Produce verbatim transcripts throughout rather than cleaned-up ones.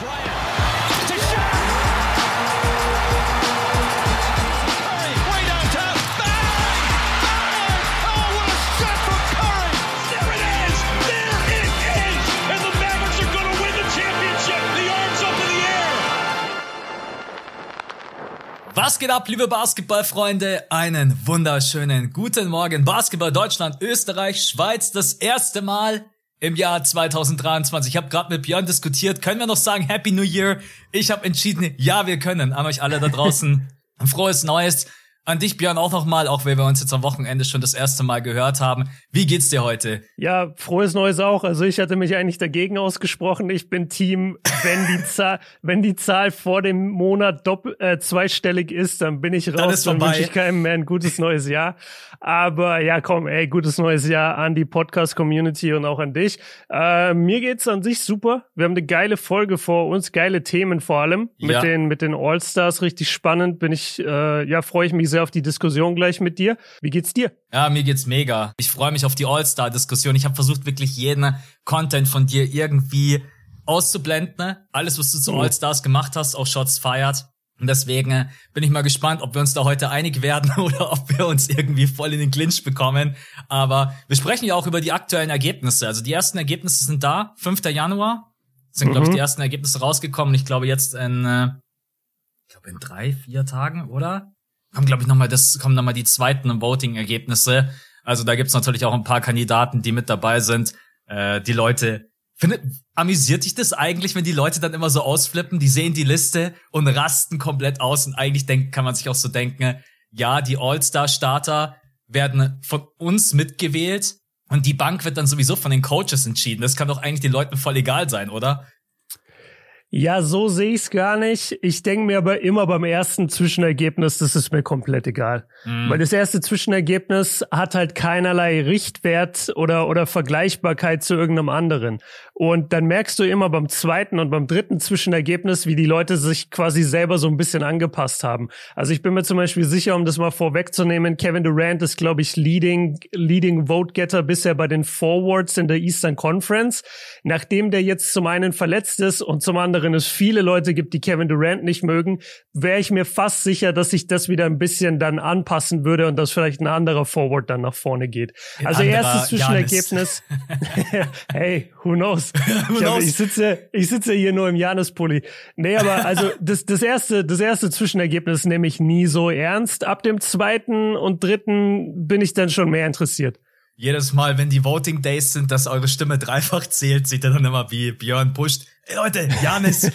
Was geht ab, liebe Basketballfreunde? Einen wunderschönen guten Morgen. Basketball Deutschland, Österreich, Schweiz, das erste Mal im Jahr zwanzig dreiundzwanzig. Ich habe gerade mit Björn diskutiert. Können wir noch sagen Happy New Year? Ich habe entschieden, ja, wir können. An euch alle da draußen ein frohes Neues. An dich, Björn, auch nochmal, auch wenn wir uns jetzt am Wochenende schon das erste Mal gehört haben. Wie geht's dir heute? Ja, frohes Neues auch. Also ich hatte mich eigentlich dagegen ausgesprochen. Ich bin Team, wenn die Zahl, wenn die Zahl vor dem Monat doppel, äh, zweistellig ist, dann bin ich raus. Dann ist vorbei. Dann wünsche ich keinem mehr ein gutes neues Jahr. Aber ja, komm, ey, gutes neues Jahr an die Podcast-Community und auch an dich. Äh, mir geht's an sich super. Wir haben eine geile Folge vor uns, geile Themen vor allem. Mit ja. den, mit den All-Stars, richtig spannend. Bin ich, äh, ja, freue ich mich sehr auf die Diskussion gleich mit dir. Wie geht's dir? Ja, mir geht's mega. Ich freue mich auf die All-Star-Diskussion. Ich habe versucht, wirklich jeden Content von dir irgendwie auszublenden. Alles, was du zu All-Stars gemacht hast, auch Shots fired. Und deswegen bin ich mal gespannt, ob wir uns da heute einig werden oder ob wir uns irgendwie voll in den Clinch bekommen. Aber wir sprechen ja auch über die aktuellen Ergebnisse. Also die ersten Ergebnisse sind da. fünfter Januar sind, mhm. glaube ich, die ersten Ergebnisse rausgekommen. Ich glaube, jetzt in, äh, ich glaube, in drei, vier Tagen, oder? Kommen, glaube ich, nochmal, das kommen nochmal die zweiten Voting-Ergebnisse. Also da gibt's natürlich auch ein paar Kandidaten, die mit dabei sind. Äh, die Leute, findet, amüsiert dich das eigentlich, wenn die Leute dann immer so ausflippen? Die sehen die Liste und rasten komplett aus. Und eigentlich denk, kann man sich auch so denken, ja, die All-Star-Starter werden von uns mitgewählt und die Bank wird dann sowieso von den Coaches entschieden. Das kann doch eigentlich den Leuten voll egal sein, oder? Ja, so sehe ich es gar nicht. Ich denke mir aber immer beim ersten Zwischenergebnis, das ist mir komplett egal. Mhm. Weil das erste Zwischenergebnis hat halt keinerlei Richtwert oder oder Vergleichbarkeit zu irgendeinem anderen. Und dann merkst du immer beim zweiten und beim dritten Zwischenergebnis, wie die Leute sich quasi selber so ein bisschen angepasst haben. Also ich bin mir zum Beispiel sicher, um das mal vorwegzunehmen, Kevin Durant ist, glaube ich, Leading Leading Vote-Getter bisher bei den Forwards in der Eastern Conference. Nachdem der jetzt zum einen verletzt ist und zum anderen es viele Leute gibt, die Kevin Durant nicht mögen, wäre ich mir fast sicher, dass sich das wieder ein bisschen dann anpassen würde und dass vielleicht ein anderer Forward dann nach vorne geht. Ein also erstes Zwischenergebnis. Hey, who knows? who ich, knows? Hab, ich sitze, ich sitze hier nur im Janis-Pulli. Nee, aber also das, das erste, das erste Zwischenergebnis nehme ich nie so ernst. Ab dem zweiten und dritten bin ich dann schon mehr interessiert. Jedes Mal, wenn die Voting Days sind, dass eure Stimme dreifach zählt, sieht er dann immer, wie Björn pusht. Ey Leute, Janis.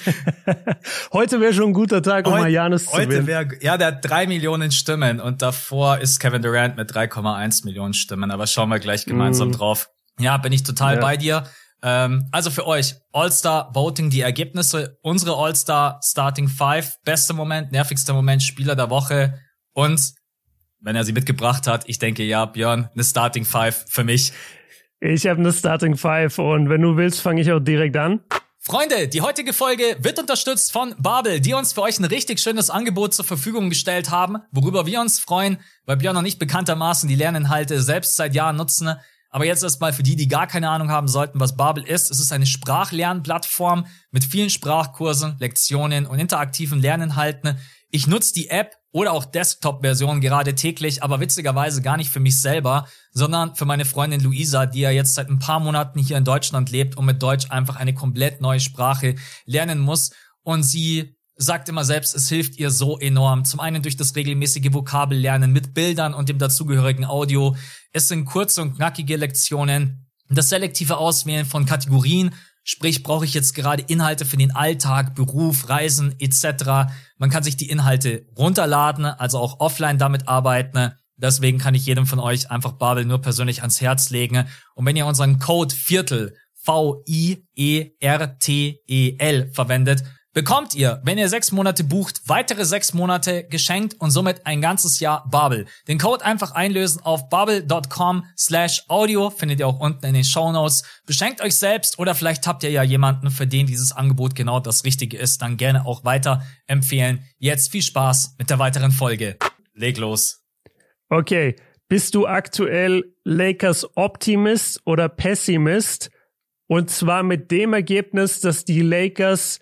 Heute wäre schon ein guter Tag, um Heut, mal Janis zu Heute wählen. wäre, ja, der hat drei Millionen Stimmen und davor ist Kevin Durant mit drei Komma eins Millionen Stimmen, aber schauen wir gleich gemeinsam mm. drauf. Ja, bin ich total ja. bei dir. Ähm, also für euch, All-Star Voting, die Ergebnisse, unsere All-Star Starting Five, bester Moment, nervigster Moment, Spieler der Woche und wenn er sie mitgebracht hat, ich denke, ja, Björn, eine Starting Five für mich. Ich habe eine Starting Five und wenn du willst, fange ich auch direkt an. Freunde, die heutige Folge wird unterstützt von Babbel, die uns für euch ein richtig schönes Angebot zur Verfügung gestellt haben, worüber wir uns freuen, weil Björn und ich bekanntermaßen die Lerninhalte selbst seit Jahren nutzen. Aber jetzt erstmal für die, die gar keine Ahnung haben sollten, was Babbel ist. Es ist eine Sprachlernplattform mit vielen Sprachkursen, Lektionen und interaktiven Lerninhalten. Ich nutze die App oder auch Desktop-Version gerade täglich, aber witzigerweise gar nicht für mich selber, sondern für meine Freundin Luisa, die ja jetzt seit ein paar Monaten hier in Deutschland lebt und mit Deutsch einfach eine komplett neue Sprache lernen muss. Und sie sagt immer selbst, es hilft ihr so enorm. Zum einen durch das regelmäßige Vokabellernen mit Bildern und dem dazugehörigen Audio. Es sind kurze und knackige Lektionen, das selektive Auswählen von Kategorien. Sprich, brauche ich jetzt gerade Inhalte für den Alltag, Beruf, Reisen et cetera. Man kann sich die Inhalte runterladen, also auch offline damit arbeiten. Deswegen kann ich jedem von euch einfach Babbel nur persönlich ans Herz legen. Und wenn ihr unseren Code Viertel, V I E R T E L verwendet, bekommt ihr, wenn ihr sechs Monate bucht, weitere sechs Monate geschenkt und somit ein ganzes Jahr Babbel. Den Code einfach einlösen auf babbel.com slash audio, findet ihr auch unten in den Shownotes. Beschenkt euch selbst oder vielleicht habt ihr ja jemanden, für den dieses Angebot genau das Richtige ist, dann gerne auch weiter empfehlen. Jetzt viel Spaß mit der weiteren Folge. Leg los. Okay, bist du aktuell Lakers Optimist oder Pessimist? Und zwar mit dem Ergebnis, dass die Lakers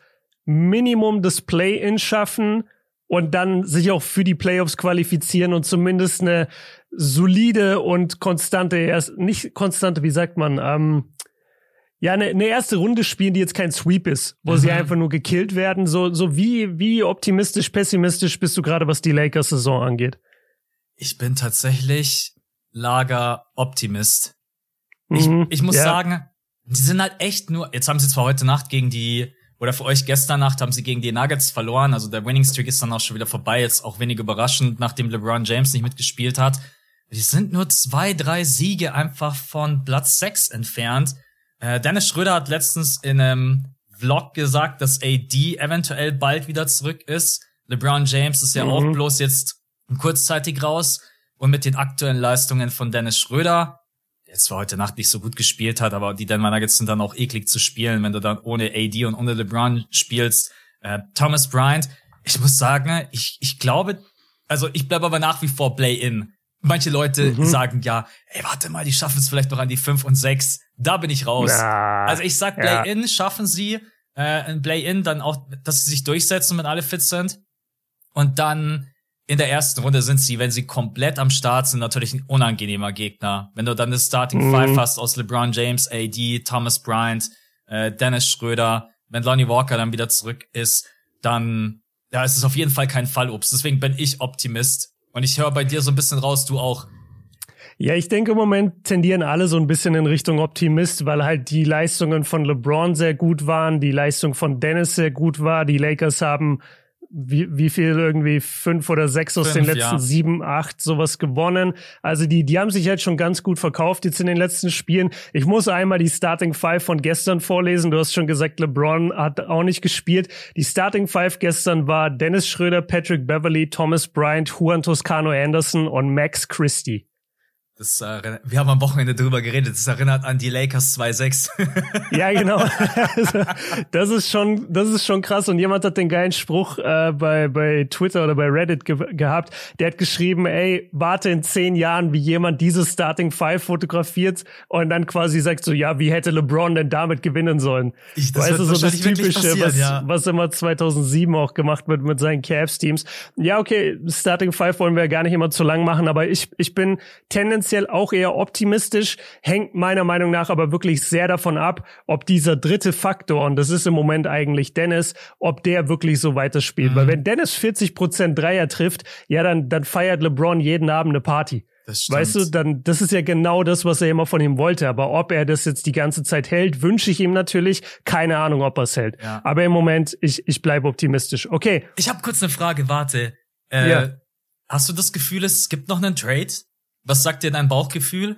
Minimum das Play-In schaffen und dann sich auch für die Playoffs qualifizieren und zumindest eine solide und konstante, erst nicht konstante, wie sagt man, ähm, ja, eine, eine erste Runde spielen, die jetzt kein Sweep ist, wo mhm. sie einfach nur gekillt werden. So, so wie, wie optimistisch, pessimistisch bist du gerade, was die Lakers-Saison angeht? Ich bin tatsächlich Lager-Optimist. Ich, Mhm, ich muss ja. sagen, die sind halt echt nur, jetzt haben sie zwar heute Nacht gegen die, oder für euch gestern Nacht haben sie gegen die Nuggets verloren, also der Winning Streak ist dann auch schon wieder vorbei, jetzt auch wenig überraschend, nachdem LeBron James nicht mitgespielt hat. Die sind nur zwei, drei Siege einfach von Platz sechs entfernt. Äh, Dennis Schröder hat letztens in einem Vlog gesagt, dass A D eventuell bald wieder zurück ist. LeBron James ist ja mhm. auch bloß jetzt kurzzeitig raus. Und mit den aktuellen Leistungen von Dennis Schröder, der zwar heute Nacht nicht so gut gespielt hat, aber die Denver Nuggets sind dann auch eklig zu spielen, wenn du dann ohne A D und ohne LeBron spielst. Äh, Thomas Bryant, ich muss sagen, ich ich glaube, also ich bleibe aber nach wie vor Play-In. Manche Leute mhm. sagen ja, ey, warte mal, die schaffen es vielleicht noch an die fünf und sechs. Da bin ich raus. Na, also ich sag, Play-In ja. schaffen sie, äh, ein Play-In dann auch, dass sie sich durchsetzen, wenn alle fit sind. Und dann in der ersten Runde sind sie, wenn sie komplett am Start sind, natürlich ein unangenehmer Gegner. Wenn du dann das Starting Five mhm. hast aus LeBron James, A D, Thomas Bryant, äh, Dennis Schröder, wenn Lonnie Walker dann wieder zurück ist, dann ja, ist es auf jeden Fall kein Fallobst. Deswegen bin ich Optimist. Und ich höre bei dir so ein bisschen raus, du auch. Ja, ich denke, im Moment tendieren alle so ein bisschen in Richtung Optimist, weil halt die Leistungen von LeBron sehr gut waren, die Leistung von Dennis sehr gut war. Die Lakers haben wie, wie viel irgendwie fünf oder sechs aus Fünf, den letzten ja. sieben, acht sowas gewonnen. Also die, die haben sich halt schon ganz gut verkauft jetzt in den letzten Spielen. Ich muss einmal die Starting Five von gestern vorlesen. Du hast schon gesagt, LeBron hat auch nicht gespielt. Die Starting Five gestern war Dennis Schröder, Patrick Beverley, Thomas Bryant, Juan Toscano Anderson und Max Christie. Das, äh, wir haben am Wochenende drüber geredet. Das erinnert an die Lakers zwei sechs. Ja, genau. Das ist schon, das ist schon krass. Und jemand hat den geilen Spruch äh, bei bei Twitter oder bei Reddit ge- gehabt. Der hat geschrieben, ey, warte in zehn Jahren, wie jemand dieses Starting Five fotografiert und dann quasi sagt so, ja, wie hätte LeBron denn damit gewinnen sollen? Ich, das weißt du, so das Typische, was, ja. was immer zweitausendsieben auch gemacht wird mit seinen Cavs-Teams. Ja, okay, Starting Five wollen wir gar nicht immer zu lang machen, aber ich ich bin tendenziell auch eher optimistisch, hängt meiner Meinung nach aber wirklich sehr davon ab, ob dieser dritte Faktor, und das ist im Moment eigentlich Dennis, ob der wirklich so weiterspielt. Mhm. Weil wenn Dennis vierzig Prozent Dreier trifft, ja, dann, dann feiert LeBron jeden Abend eine Party. Das stimmt. Weißt du, dann, das ist ja genau das, was er immer von ihm wollte. Aber ob er das jetzt die ganze Zeit hält, wünsche ich ihm natürlich. Keine Ahnung, ob er es hält. Ja. Aber im Moment, ich, ich bleibe optimistisch. Okay. Ich habe kurz eine Frage, warte. Äh, ja. Hast du das Gefühl, es gibt noch einen Trade? Was sagt dir dein Bauchgefühl?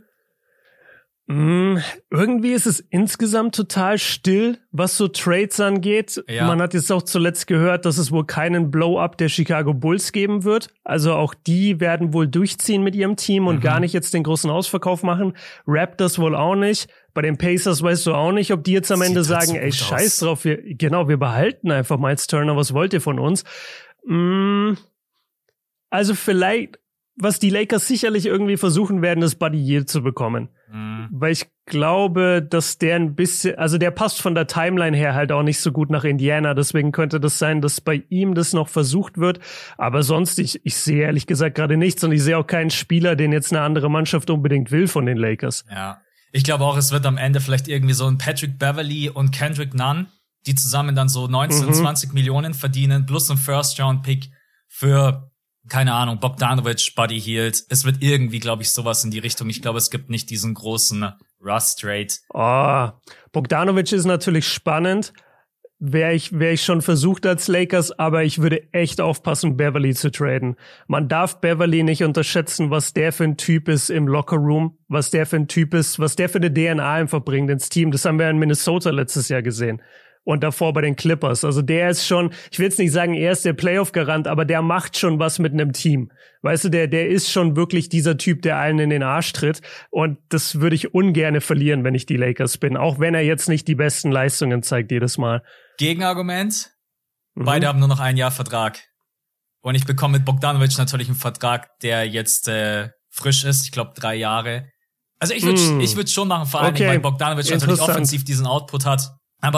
Mm, irgendwie ist es insgesamt total still, was so Trades angeht. Ja. Man hat jetzt auch zuletzt gehört, dass es wohl keinen Blow-up der Chicago Bulls geben wird. Also auch die werden wohl durchziehen mit ihrem Team und mhm. gar nicht jetzt den großen Ausverkauf machen. Raptors wohl auch nicht. Bei den Pacers weißt du auch nicht, ob die jetzt am Ende Sieht halt sagen, so ey, gut scheiß aus. drauf, wir, genau, wir behalten einfach Miles Turner, was wollt ihr von uns? Mm, also vielleicht, was die Lakers sicherlich irgendwie versuchen werden, ist Buddy Hield zu bekommen. Mhm. Weil ich glaube, dass der ein bisschen, also der passt von der Timeline her halt auch nicht so gut nach Indiana. Deswegen könnte das sein, dass bei ihm das noch versucht wird. Aber sonst, ich, ich sehe ehrlich gesagt gerade nichts und ich sehe auch keinen Spieler, den jetzt eine andere Mannschaft unbedingt will von den Lakers. Ja, ich glaube auch, es wird am Ende vielleicht irgendwie so ein Patrick Beverley und Kendrick Nunn, die zusammen dann so neunzehn, mhm. zwanzig Millionen verdienen, plus ein First-Round-Pick für keine Ahnung, Bogdanovic, Buddy Hield. Es wird irgendwie, glaube ich, sowas in die Richtung. Ich glaube, es gibt nicht diesen großen Russ-Trade. Oh, Bogdanovic ist natürlich spannend. Wäre ich, wäre ich schon versucht als Lakers, aber ich würde echt aufpassen, Beverley zu traden. Man darf Beverley nicht unterschätzen, was der für ein Typ ist im Lockerroom, was der für ein Typ ist, was der für eine D N A einfach bringt ins Team. Das haben wir in Minnesota letztes Jahr gesehen. Und davor bei den Clippers. Also der ist schon, ich will jetzt nicht sagen, er ist der Playoff-Garant, aber der macht schon was mit einem Team. Weißt du, der, der ist schon wirklich dieser Typ, der allen in den Arsch tritt. Und das würde ich ungerne verlieren, wenn ich die Lakers bin. Auch wenn er jetzt nicht die besten Leistungen zeigt jedes Mal. Gegenargument. Mhm. Beide haben nur noch ein Jahr Vertrag. Und ich bekomme mit Bogdanovic natürlich einen Vertrag, der jetzt äh, frisch ist. Ich glaube, drei Jahre. Also ich würde mm. ich würde schon machen, vor allem, okay. weil Bogdanovic natürlich offensiv diesen Output hat. Aber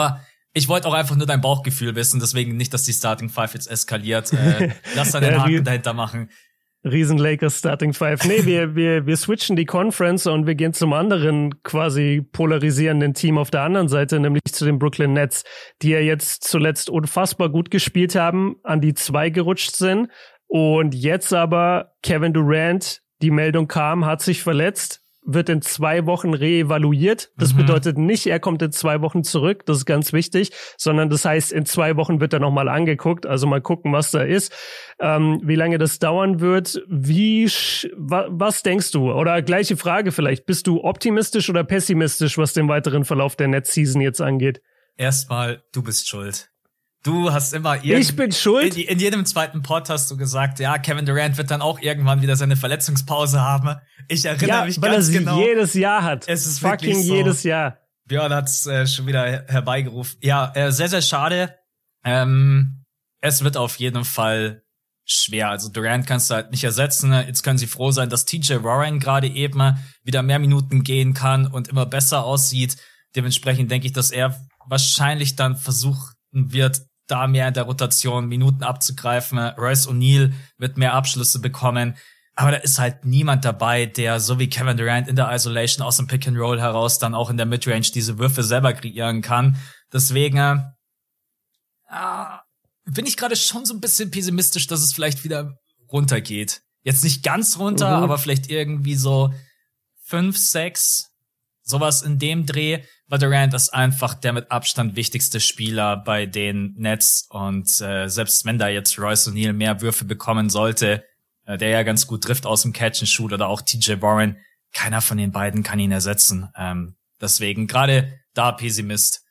Ich wollte auch einfach nur dein Bauchgefühl wissen, deswegen nicht, dass die Starting Five jetzt eskaliert. Äh, lass da den ja, Haken die, dahinter machen. Riesen Lakers Starting Five. Nee, wir, wir, wir switchen die Conference und wir gehen zum anderen quasi polarisierenden Team auf der anderen Seite, nämlich zu den Brooklyn Nets, die ja jetzt zuletzt unfassbar gut gespielt haben, an die zwei gerutscht sind und jetzt aber Kevin Durant, die Meldung kam, hat sich verletzt, wird in zwei Wochen reevaluiert. Das mhm. bedeutet nicht, er kommt in zwei Wochen zurück, das ist ganz wichtig, sondern das heißt, in zwei Wochen wird er nochmal angeguckt, also mal gucken, was da ist, ähm, wie lange das dauern wird, wie, wa, was denkst du? Oder gleiche Frage vielleicht, bist du optimistisch oder pessimistisch, was den weiteren Verlauf der Net-Season jetzt angeht? Erstmal, du bist schuld. Du hast immer irgend- Ich bin schuld? In, in jedem zweiten Pod hast du gesagt, ja, Kevin Durant wird dann auch irgendwann wieder seine Verletzungspause haben. Ich erinnere ja, mich weil ganz er sie genau. jedes Jahr hat. Es ist fucking wirklich so. jedes Jahr. Björn hat's äh, schon wieder her- herbeigerufen. Ja, äh, sehr, sehr schade. Ähm, es wird auf jeden Fall schwer. Also Durant kannst du halt nicht ersetzen. Jetzt können sie froh sein, dass T J Warren gerade eben wieder mehr Minuten gehen kann und immer besser aussieht. Dementsprechend denke ich, dass er wahrscheinlich dann versuchen wird, da mehr in der Rotation Minuten abzugreifen. Royce O'Neal wird mehr Abschlüsse bekommen. Aber da ist halt niemand dabei, der so wie Kevin Durant in der Isolation aus dem Pick and Roll heraus dann auch in der Midrange diese Würfe selber kreieren kann. Deswegen äh, bin ich gerade schon so ein bisschen pessimistisch, dass es vielleicht wieder runtergeht. Jetzt nicht ganz runter, mhm. aber vielleicht irgendwie so fünf, sechs, sowas in dem Dreh. Weil Durant ist einfach der mit Abstand wichtigste Spieler bei den Nets und äh, selbst wenn da jetzt Royce O'Neal mehr Würfe bekommen sollte, äh, der ja ganz gut trifft aus dem Catch and Shoot oder auch T J Warren, keiner von den beiden kann ihn ersetzen. Ähm, deswegen gerade da Pessimist.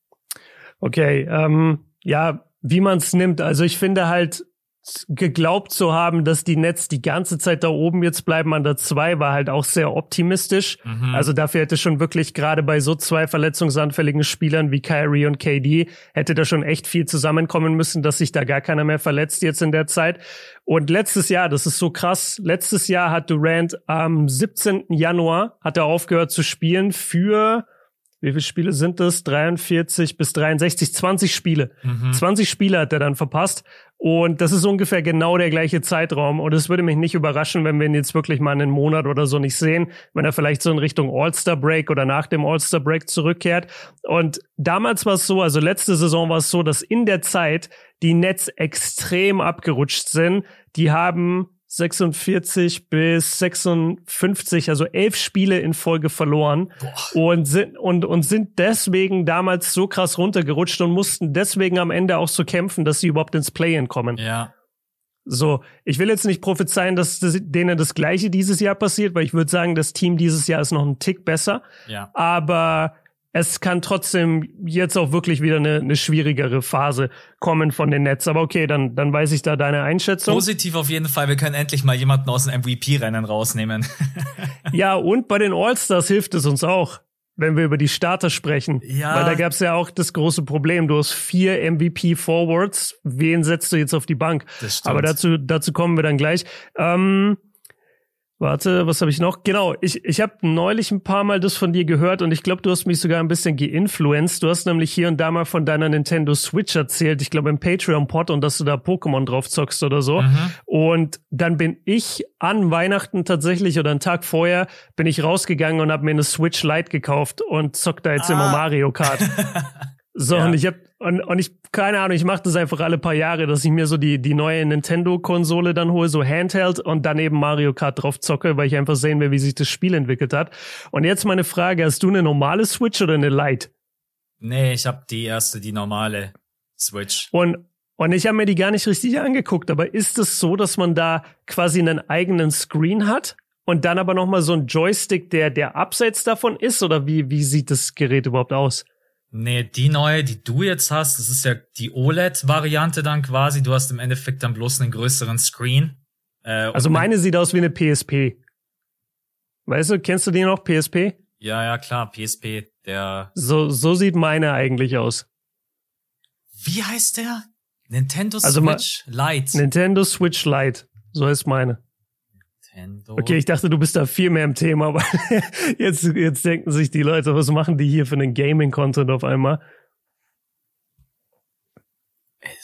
Okay, ähm, ja, wie man es nimmt. Also ich finde halt, geglaubt zu haben, dass die Nets die ganze Zeit da oben jetzt bleiben an der zwei, war halt auch sehr optimistisch. Mhm. Also dafür hätte schon wirklich gerade bei so zwei verletzungsanfälligen Spielern wie Kyrie und K D hätte da schon echt viel zusammenkommen müssen, dass sich da gar keiner mehr verletzt jetzt in der Zeit. Und letztes Jahr, das ist so krass, letztes Jahr hat Durant am siebzehnten Januar hat er aufgehört zu spielen für wie viele Spiele sind das? dreiundvierzig bis dreiundsechzig, zwanzig Spiele. Mhm. zwanzig Spiele hat er dann verpasst. Und das ist ungefähr genau der gleiche Zeitraum. Und es würde mich nicht überraschen, wenn wir ihn jetzt wirklich mal einen Monat oder so nicht sehen, wenn er vielleicht so in Richtung All-Star-Break oder nach dem All-Star-Break zurückkehrt. Und damals war es so, also letzte Saison war es so, dass in der Zeit die Nets extrem abgerutscht sind. Die haben sechsundvierzig bis sechsundfünfzig, also elf Spiele in Folge verloren. Boah. und sind und und sind deswegen damals so krass runtergerutscht und mussten deswegen am Ende auch so kämpfen, dass sie überhaupt ins Play-in kommen. Ja. So, ich will jetzt nicht prophezeien, dass das, denen das Gleiche dieses Jahr passiert, weil ich würde sagen, das Team dieses Jahr ist noch einen Tick besser. Ja. Aber es kann trotzdem jetzt auch wirklich wieder eine, eine schwierigere Phase kommen von den Nets. Aber okay, dann, dann weiß ich da deine Einschätzung. Positiv auf jeden Fall. Wir können endlich mal jemanden aus dem M V P-Rennen rausnehmen. Ja, und bei den All-Stars hilft es uns auch, wenn wir über die Starter sprechen. Ja. Weil da gab es ja auch das große Problem. Du hast vier M V P-Forwards. Wen setzt du jetzt auf die Bank? Das stimmt. Aber dazu, dazu kommen wir dann gleich. Ähm, Warte, was habe ich noch? Genau, ich ich habe neulich ein paar Mal das von dir gehört und ich glaube, du hast mich sogar ein bisschen geinfluenced. Du hast nämlich hier und da mal von deiner Nintendo Switch erzählt, ich glaube im Patreon-Pod, und dass du da Pokémon drauf zockst oder so. Mhm. Und dann bin ich an Weihnachten tatsächlich oder einen Tag vorher bin ich rausgegangen und habe mir eine Switch Lite gekauft und zock da jetzt ah. immer Mario Kart. So, ja. und ich hab, und, und ich, keine Ahnung, ich mache das einfach alle paar Jahre, dass ich mir so die, die neue Nintendo-Konsole dann hole, so Handheld, und dann eben Mario Kart drauf zocke, weil ich einfach sehen will, wie sich das Spiel entwickelt hat. Und jetzt meine Frage, hast du eine normale Switch oder eine Lite? Nee, ich habe die erste, die normale Switch. Und, und ich habe mir die gar nicht richtig angeguckt, aber ist es so, dass man da quasi einen eigenen Screen hat? Und dann aber nochmal so ein Joystick, der, der abseits davon ist? Oder wie, wie sieht das Gerät überhaupt aus? Nee, die neue, die du jetzt hast, das ist ja die O L E D-Variante dann quasi. Du hast im Endeffekt dann bloß einen größeren Screen. Äh, also meine sieht aus wie eine P S P. Weißt du, kennst du die noch, P S P? Ja, ja, klar, P S P, der... So, so sieht meine eigentlich aus. Wie heißt der? Nintendo also Switch Lite. Nintendo Switch Lite, so ist meine. Nintendo. Okay, ich dachte, du bist da viel mehr im Thema, aber jetzt, jetzt denken sich die Leute, was machen die hier für einen Gaming-Content auf einmal?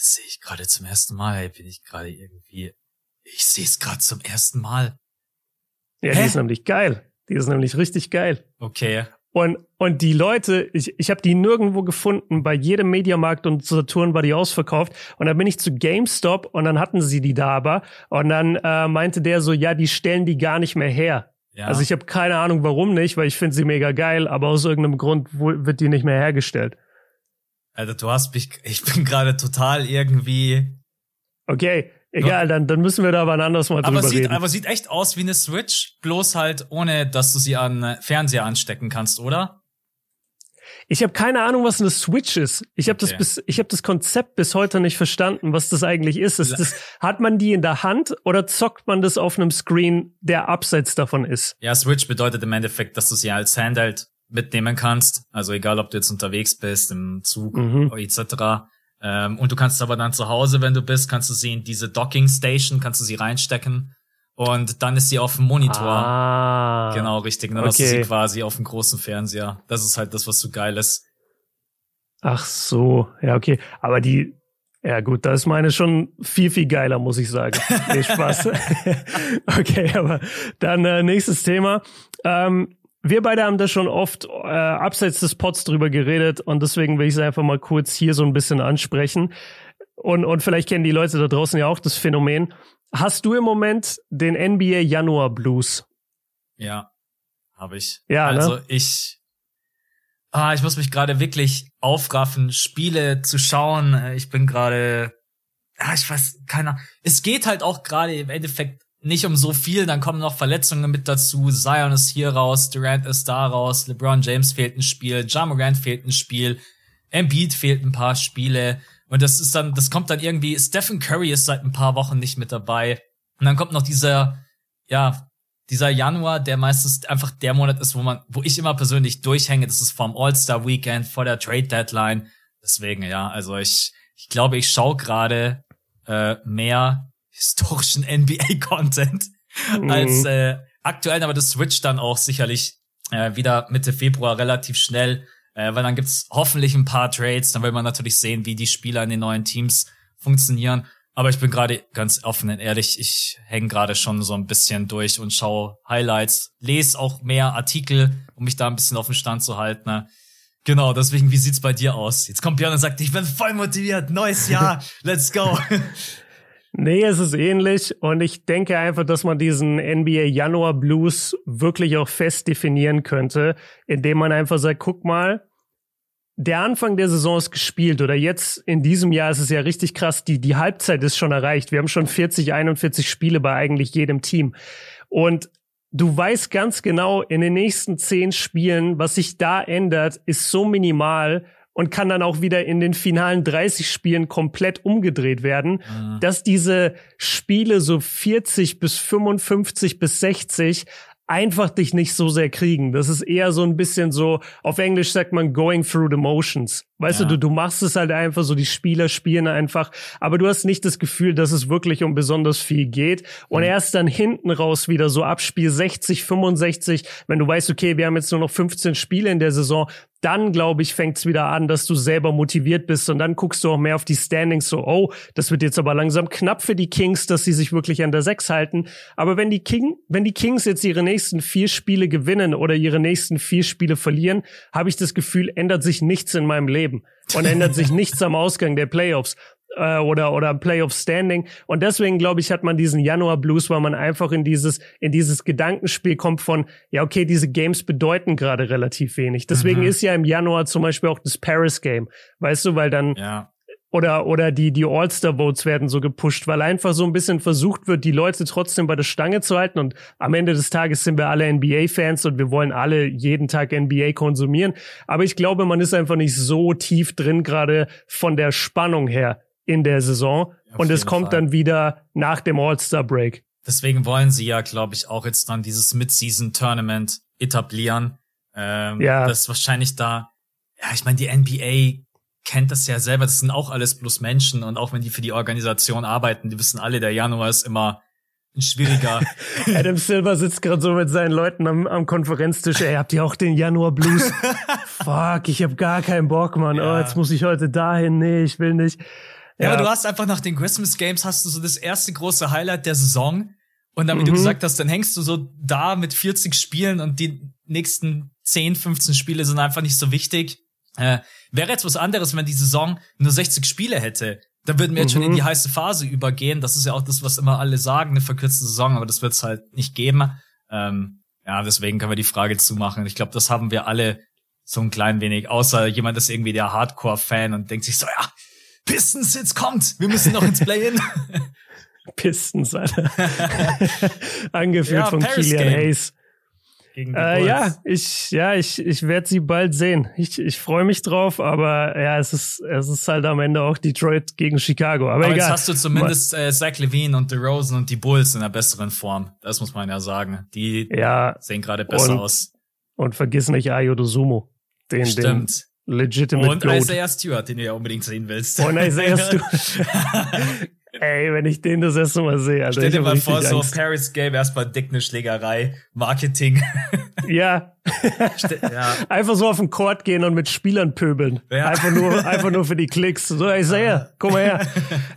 Das sehe ich gerade zum ersten Mal. Ey, bin ich gerade irgendwie... Ich sehe es gerade zum ersten Mal. Ja, Hä? Die ist nämlich geil. Die ist nämlich richtig geil. Okay. Und, und die Leute, ich, ich habe die nirgendwo gefunden. Bei jedem Mediamarkt und Saturn war die ausverkauft. Und dann bin ich zu GameStop und dann hatten sie die da aber. Und dann äh, meinte der so, ja, die stellen die gar nicht mehr her. Ja. Also ich habe keine Ahnung, warum nicht, weil ich finde sie mega geil. Aber aus irgendeinem Grund wird die nicht mehr hergestellt. Alter, du hast mich... Ich bin gerade total irgendwie... Okay. Egal, dann, dann müssen wir da aber ein anderes Mal aber drüber sieht, reden. Aber sieht echt aus wie eine Switch, bloß halt ohne, dass du sie an Fernseher anstecken kannst, oder? Ich habe keine Ahnung, was eine Switch ist. Ich habe Okay. das bis, ich habe das Konzept bis heute nicht verstanden, was das eigentlich ist. ist das, hat man die in der Hand oder zockt man das auf einem Screen, der abseits davon ist? Ja, Switch bedeutet im Endeffekt, dass du sie als Handheld mitnehmen kannst. Also egal, ob du jetzt unterwegs bist, im Zug Mhm. et cetera. Ähm, und du kannst aber dann zu Hause, wenn du bist, kannst du sie in diese Docking Station, kannst du sie reinstecken und dann ist sie auf dem Monitor. Ah. Genau, richtig. Dann Okay. hast du sie quasi auf dem großen Fernseher. Das ist halt das, was so geil ist. Ach so, ja, okay. Aber die, ja gut, da ist meine schon viel, viel geiler, muss ich sagen. Nee, Spaß. Okay, aber dann äh, nächstes Thema. Ähm, Wir beide haben da schon oft äh, abseits des Pods drüber geredet und deswegen will ich es einfach mal kurz hier so ein bisschen ansprechen. Und, und vielleicht kennen die Leute da draußen ja auch das Phänomen. Hast du im Moment den N B A Januar Blues? Ja, habe ich. Ja, also ne? ich, ah, ich muss mich gerade wirklich aufraffen, Spiele zu schauen. Ich bin gerade, ja, ich weiß, keiner. Es geht halt auch gerade im Endeffekt nicht um so viel, dann kommen noch Verletzungen mit dazu. Zion ist hier raus, Durant ist da raus, LeBron James fehlt ein Spiel, Ja Morant fehlt ein Spiel, Embiid fehlt ein paar Spiele und das ist dann, das kommt dann irgendwie, Stephen Curry ist seit ein paar Wochen nicht mit dabei und dann kommt noch dieser, ja, dieser Januar, der meistens einfach der Monat ist, wo man, wo ich immer persönlich durchhänge, das ist vom All-Star Weekend, vor der Trade Deadline, deswegen, ja, also ich, ich glaube, ich schaue gerade äh, mehr historischen N B A-Content Mhm. als äh, aktuell, aber das switcht dann auch sicherlich äh, wieder Mitte Februar relativ schnell, äh, weil dann gibt's hoffentlich ein paar Trades, dann will man natürlich sehen, wie die Spieler in den neuen Teams funktionieren, aber ich bin gerade ganz offen und ehrlich, ich hänge gerade schon so ein bisschen durch und schaue Highlights, lese auch mehr Artikel, um mich da ein bisschen auf den Stand zu halten, ne? Genau, deswegen, wie sieht's bei dir aus? Jetzt kommt Björn und sagt, ich bin voll motiviert, neues Jahr, let's go. Nee, es ist ähnlich und ich denke einfach, dass man diesen N B A Januar Blues wirklich auch fest definieren könnte, indem man einfach sagt, guck mal, der Anfang der Saison ist gespielt oder jetzt in diesem Jahr ist es ja richtig krass, die, die Halbzeit ist schon erreicht. Wir haben schon vierzig, einundvierzig Spiele bei eigentlich jedem Team und du weißt ganz genau, in den nächsten zehn Spielen, was sich da ändert, ist so minimal und kann dann auch wieder in den finalen dreißig Spielen komplett umgedreht werden, Mhm. dass diese Spiele so vierzig bis fünfundfünfzig bis sechzig einfach dich nicht so sehr kriegen. Das ist eher so ein bisschen so, auf Englisch sagt man going through the motions. Weißt Ja. du, du, du machst es halt einfach so, die Spieler spielen einfach, aber du hast nicht das Gefühl, dass es wirklich um besonders viel geht. Und Mhm. erst dann hinten raus wieder so ab Spiel sechzig, fünfundsechzig, wenn du weißt, okay, wir haben jetzt nur noch fünfzehn Spiele in der Saison, dann, glaube ich, fängt's wieder an, dass du selber motiviert bist und dann guckst du auch mehr auf die Standings so, oh, das wird jetzt aber langsam knapp für die Kings, dass sie sich wirklich an der sechs halten. Aber wenn die King, wenn die Kings jetzt ihre nächsten vier Spiele gewinnen oder ihre nächsten vier Spiele verlieren, habe ich das Gefühl, ändert sich nichts in meinem Leben und ändert sich nichts am Ausgang der Playoffs äh, oder oder Playoff Standing. Und deswegen, glaube ich, hat man diesen Januar Blues, weil man einfach in dieses in dieses Gedankenspiel kommt von, ja, okay, diese Games bedeuten gerade relativ wenig. Deswegen Mhm. ist ja im Januar zum Beispiel auch das Paris Game, weißt du, weil dann Ja. oder oder die die All-Star-Votes werden so gepusht, weil einfach so ein bisschen versucht wird, die Leute trotzdem bei der Stange zu halten und am Ende des Tages sind wir alle N B A-Fans und wir wollen alle jeden Tag N B A konsumieren, aber ich glaube, man ist einfach nicht so tief drin gerade von der Spannung her in der Saison Auf und es jeden kommt Fall. dann wieder nach dem All-Star-Break. Deswegen wollen sie ja, glaube ich, auch jetzt dann dieses Mid-Season-Tournament etablieren. Ähm, Ja. Das ist wahrscheinlich da, ja, ich meine, die N B A kennt das ja selber, das sind auch alles bloß Menschen und auch wenn die für die Organisation arbeiten, die wissen alle, der Januar ist immer ein schwieriger. Adam Silver sitzt gerade so mit seinen Leuten am, am Konferenztisch. Ey, habt ihr auch den Januar Blues? Fuck, ich hab gar keinen Bock, Mann. Ja. Oh, jetzt muss ich heute dahin. Nee, ich will nicht. Ja, aber du hast einfach nach den Christmas Games hast du so das erste große Highlight der Saison. Und dann, wie mhm. du gesagt hast, dann hängst du so da mit vierzig Spielen und die nächsten zehn, fünfzehn Spiele sind einfach nicht so wichtig. Äh, wäre jetzt was anderes, wenn die Saison nur sechzig Spiele hätte. Dann würden wir jetzt mhm. schon in die heiße Phase übergehen. Das ist ja auch das, was immer alle sagen, eine verkürzte Saison, aber das wird es halt nicht geben. Ähm, ja, deswegen können wir die Frage zumachen. Ich glaube, das haben wir alle so ein klein wenig, außer jemand ist irgendwie der Hardcore-Fan und denkt sich so, ja, Pistons, jetzt kommt, wir müssen noch ins Play-In. Pistons, Alter. Angeführt ja, von Paris Killian Game. Hayes. Äh, ja, ich, ja, ich, ich werde sie bald sehen. Ich, ich freue mich drauf, aber ja, es ist, es ist halt am Ende auch Detroit gegen Chicago. Aber, aber egal. Jetzt hast du zumindest äh, Zach LaVine und DeRozan und die Bulls in einer besseren Form. Das muss man ja sagen. Die ja, sehen gerade besser und, aus. Und vergiss nicht Ayo Dosunmu. Den, Stimmt. Den legitimate Und Goat. Isaiah Stewart, den du ja unbedingt sehen willst. Und Isaiah Stewart. Ey, wenn ich den das erste Mal sehe. Also stell dir mal vor, so Angst. Paris Game, erstmal dick eine Schlägerei, Marketing. Ja. ja. Einfach so auf den Court gehen und mit Spielern pöbeln. Ja. Einfach nur, einfach nur für die Klicks. So, Isaiah, komm mal her.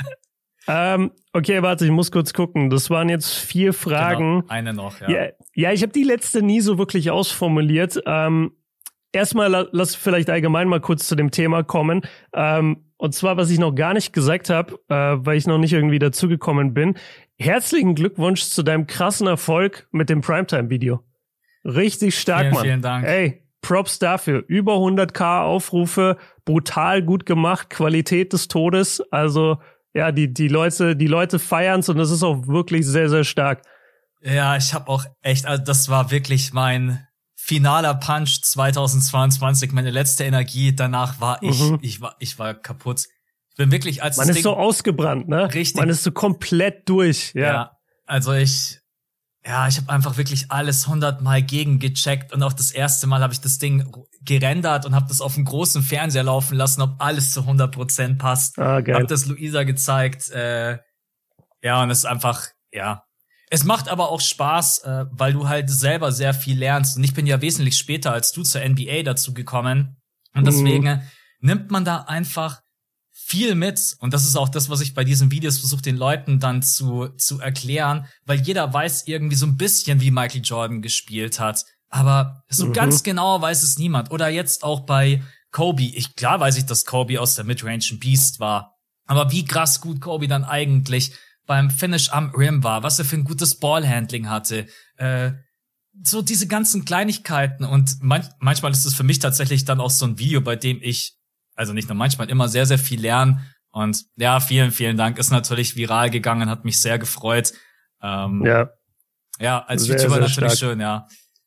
ähm, okay, warte, ich muss kurz gucken. Das waren jetzt vier Fragen. Genau, eine noch, ja. Ja, ja, ich habe die letzte nie so wirklich ausformuliert. Ähm, erstmal lass vielleicht allgemein mal kurz zu dem Thema kommen. Ähm, Und zwar, was ich noch gar nicht gesagt habe, äh, weil ich noch nicht irgendwie dazugekommen bin. Herzlichen Glückwunsch zu deinem krassen Erfolg mit dem Primetime-Video. Richtig stark, vielen, Mann. Vielen Dank. Ey, Props dafür. Über hunderttausend Aufrufe, brutal gut gemacht, Qualität des Todes. Also, ja, die, die Leute, die Leute feiern's und das ist auch wirklich sehr, sehr stark. Ja, ich habe auch echt, also das war wirklich mein finaler Punch zweitausendzweiundzwanzig, meine letzte Energie. Danach war ich, mhm. ich war, ich war kaputt. Ich bin wirklich als Man ist Ding so ausgebrannt, ne? Richtig. Man ist so komplett durch, ja. Ja, also ich, ja, ich habe einfach wirklich alles hundertmal gegengecheckt und auch das erste Mal habe ich das Ding gerendert und habe das auf dem großen Fernseher laufen lassen, ob alles zu hundert Prozent passt. Ah, geil. Hab das Luisa gezeigt, äh, ja, und es ist einfach, ja. Es macht aber auch Spaß, äh, weil du halt selber sehr viel lernst. Und ich bin ja wesentlich später als du zur N B A dazu gekommen. Und deswegen mhm. nimmt man da einfach viel mit. Und das ist auch das, was ich bei diesen Videos versuche, den Leuten dann zu zu erklären. Weil jeder weiß irgendwie so ein bisschen, wie Michael Jordan gespielt hat. Aber so mhm. ganz genau weiß es niemand. Oder jetzt auch bei Kobe. Ich, klar weiß ich, dass Kobe aus der Midrange ein Beast war. Aber wie krass gut Kobe dann eigentlich beim Finish am Rim war, was er für ein gutes Ballhandling hatte, äh, so diese ganzen Kleinigkeiten und man- manchmal ist es für mich tatsächlich dann auch so ein Video, bei dem ich, also nicht nur manchmal, immer sehr, sehr viel lerne und ja, vielen, vielen Dank, ist natürlich viral gegangen, hat mich sehr gefreut. Ähm, ja. Ja, als sehr, YouTuber sehr natürlich stark. Schön, ja.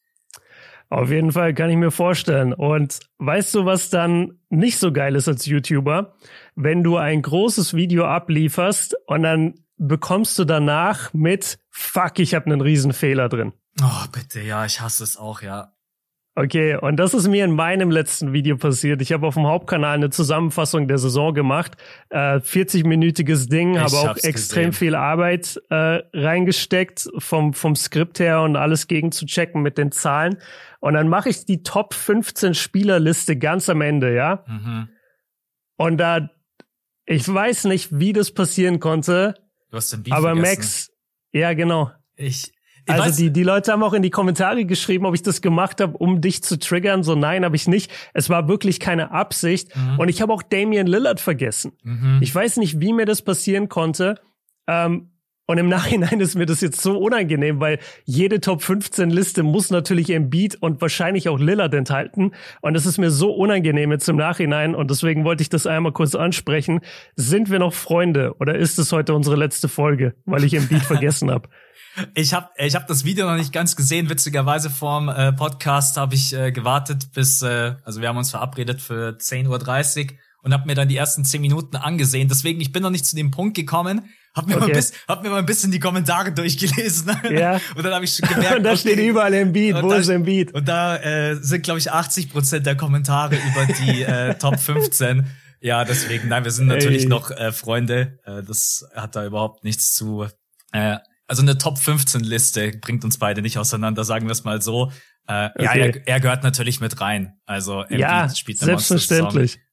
Auf jeden Fall kann ich mir vorstellen. Und weißt du, was dann nicht so geil ist als YouTuber? Wenn du ein großes Video ablieferst und dann bekommst du danach mit, fuck, ich habe einen riesen Fehler drin. Oh, bitte, ja, ich hasse es auch, ja. Okay, und das ist mir in meinem letzten Video passiert. Ich habe auf dem Hauptkanal eine Zusammenfassung der Saison gemacht. Äh, vierzig-minütiges Ding, habe auch extrem gesehen. viel Arbeit äh, reingesteckt, vom vom Skript her und alles gegenzuchecken mit den Zahlen. Und dann mache ich die Top fünfzehn Spielerliste ganz am Ende, ja. Mhm. Und da, ich weiß nicht, wie das passieren konnte. Du hast den Beat aber vergessen. Max, ja genau. Ich Ich also weiß, die die Leute haben auch in die Kommentare geschrieben, ob ich das gemacht habe, um dich zu triggern. So, nein, habe ich nicht. Es war wirklich keine Absicht. Mhm. Und ich habe auch Damian Lillard vergessen. Mhm. Ich weiß nicht, wie mir das passieren konnte. Ähm, und im Nachhinein ist mir das jetzt so unangenehm, weil jede Top fünfzehn Liste muss natürlich Embiid und wahrscheinlich auch Lillard enthalten. Und es ist mir so unangenehm jetzt im Nachhinein. Und deswegen wollte ich das einmal kurz ansprechen. Sind wir noch Freunde oder ist es heute unsere letzte Folge, weil ich Embiid vergessen habe? Ich habe ich hab das Video noch nicht ganz gesehen. Witzigerweise vorm äh, Podcast habe ich äh, gewartet bis, äh, also wir haben uns verabredet für zehn Uhr dreißig und habe mir dann die ersten zehn Minuten angesehen. Deswegen, ich bin noch nicht zu dem Punkt gekommen. Hab mir, okay. mal, ein bisschen, hab mir mal ein bisschen die Kommentare durchgelesen. Ja. Und dann habe ich schon gemerkt, und da okay, steht überall Embiid. Wo da, ist Embiid? Und da äh, sind, glaube ich, achtzig Prozent der Kommentare über die äh, Top fünfzehn. Ja, deswegen, nein, wir sind natürlich Ey. noch äh, Freunde. Äh, das hat da überhaupt nichts zu... Äh, Also eine Top fünfzehn Liste bringt uns beide nicht auseinander, sagen wir es mal so. Äh, okay. Ja, er, er gehört natürlich mit rein. Also Embiid ja, spielt eine selbstverständlich.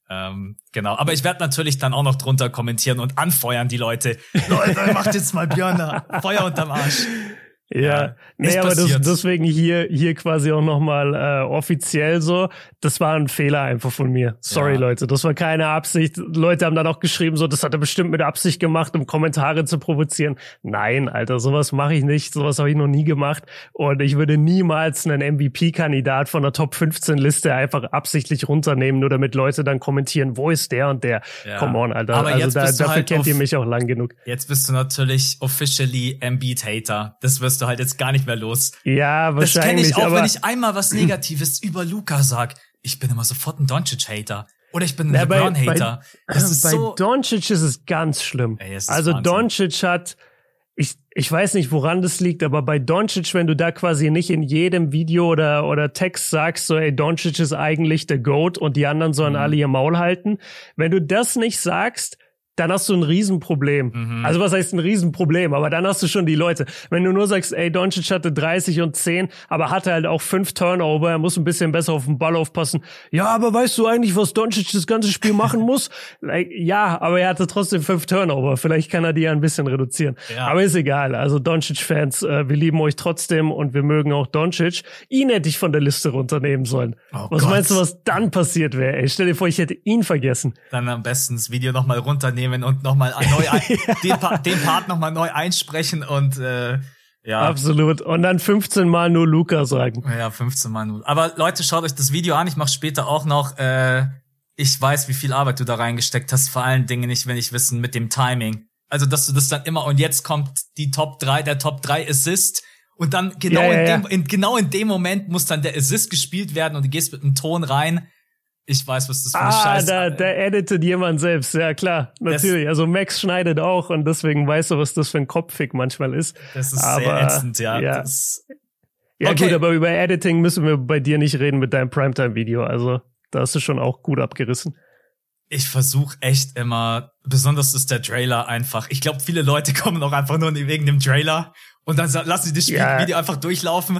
Ähm, genau, aber ich werde natürlich dann auch noch drunter kommentieren und anfeuern die Leute. Leute, macht jetzt mal Björn da. Feuer unterm Arsch. Ja, Ja, nee, aber das, deswegen hier hier quasi auch nochmal äh, offiziell so, das war ein Fehler einfach von mir. Sorry, ja. Leute, das war keine Absicht. Leute haben dann auch geschrieben, so, das hat er bestimmt mit Absicht gemacht, um Kommentare zu provozieren. Nein, Alter, sowas mache ich nicht, sowas habe ich noch nie gemacht und ich würde niemals einen M V P-Kandidat von der Top fünfzehn Liste einfach absichtlich runternehmen, nur damit Leute dann kommentieren, wo ist der und der. Ja. Come on, Alter, aber also da, dafür halt kennt ihr mich auch lang genug. Jetzt bist du natürlich officially Embiid-Hater. Das wirst du halt jetzt gar nicht mehr los. Ja, wahrscheinlich. Das kenne ich auch, aber wenn ich einmal was Negatives über Luka sag. Ich bin immer sofort ein Doncic-Hater. Oder ich bin ein ja, LeBron-Hater. Bei, bei, bei so Doncic ist es ganz schlimm. Ey, es also Wahnsinn. Doncic hat, ich, ich weiß nicht, woran das liegt, aber bei Doncic, wenn du da quasi nicht in jedem Video oder, oder Text sagst, so, ey, Doncic ist eigentlich der GOAT und die anderen sollen mhm. alle ihr Maul halten. Wenn du das nicht sagst, dann hast du ein Riesenproblem. Mhm. Also was heißt ein Riesenproblem? Aber dann hast du schon die Leute. Wenn du nur sagst, ey, Doncic hatte dreißig und zehn, aber hatte halt auch fünf Turnover, er muss ein bisschen besser auf den Ball aufpassen. Ja, aber weißt du eigentlich, was Doncic das ganze Spiel machen muss? Like, ja, aber er hatte trotzdem fünf Turnover. Vielleicht kann er die ja ein bisschen reduzieren. Ja. Aber ist egal. Also Doncic-Fans, äh, wir lieben euch trotzdem und wir mögen auch Doncic. Ihn hätte ich von der Liste runternehmen sollen. Oh was Gott. Meinst du, was dann passiert wäre? Ey, stell dir vor, ich hätte ihn vergessen. Dann am besten das Video nochmal runternehmen und nochmal neu ein, ja. den, pa- den Part nochmal neu einsprechen und äh, ja. Absolut. Und dann fünfzehn Mal nur Luka sagen. Ja, fünfzehn Mal nur. Aber Leute, schaut euch das Video an. Ich mache später auch noch. Äh, ich weiß, wie viel Arbeit du da reingesteckt hast. Vor allen Dingen nicht, wenn ich wissen, mit dem Timing. Also, dass du das dann immer, und jetzt kommt die Top drei, der Top drei Assist. Und dann genau, ja, ja, in dem, in, genau in dem Moment muss dann der Assist gespielt werden und du gehst mit einem Ton rein. Ich weiß, was das für eine ah, Scheiße da, da editet jemand selbst, ja klar, natürlich. Das, also Max schneidet auch und deswegen weißt du, was das für ein Kopffick manchmal ist. Das ist aber, sehr ätzend, ja. Ja, das, ja okay. Gut, aber über Editing müssen wir bei dir nicht reden mit deinem Primetime-Video. Also da hast du schon auch gut abgerissen. Ich versuche echt immer, besonders ist der Trailer einfach. Ich glaube, viele Leute kommen auch einfach nur wegen dem Trailer und dann lassen sie das ja. Video einfach durchlaufen.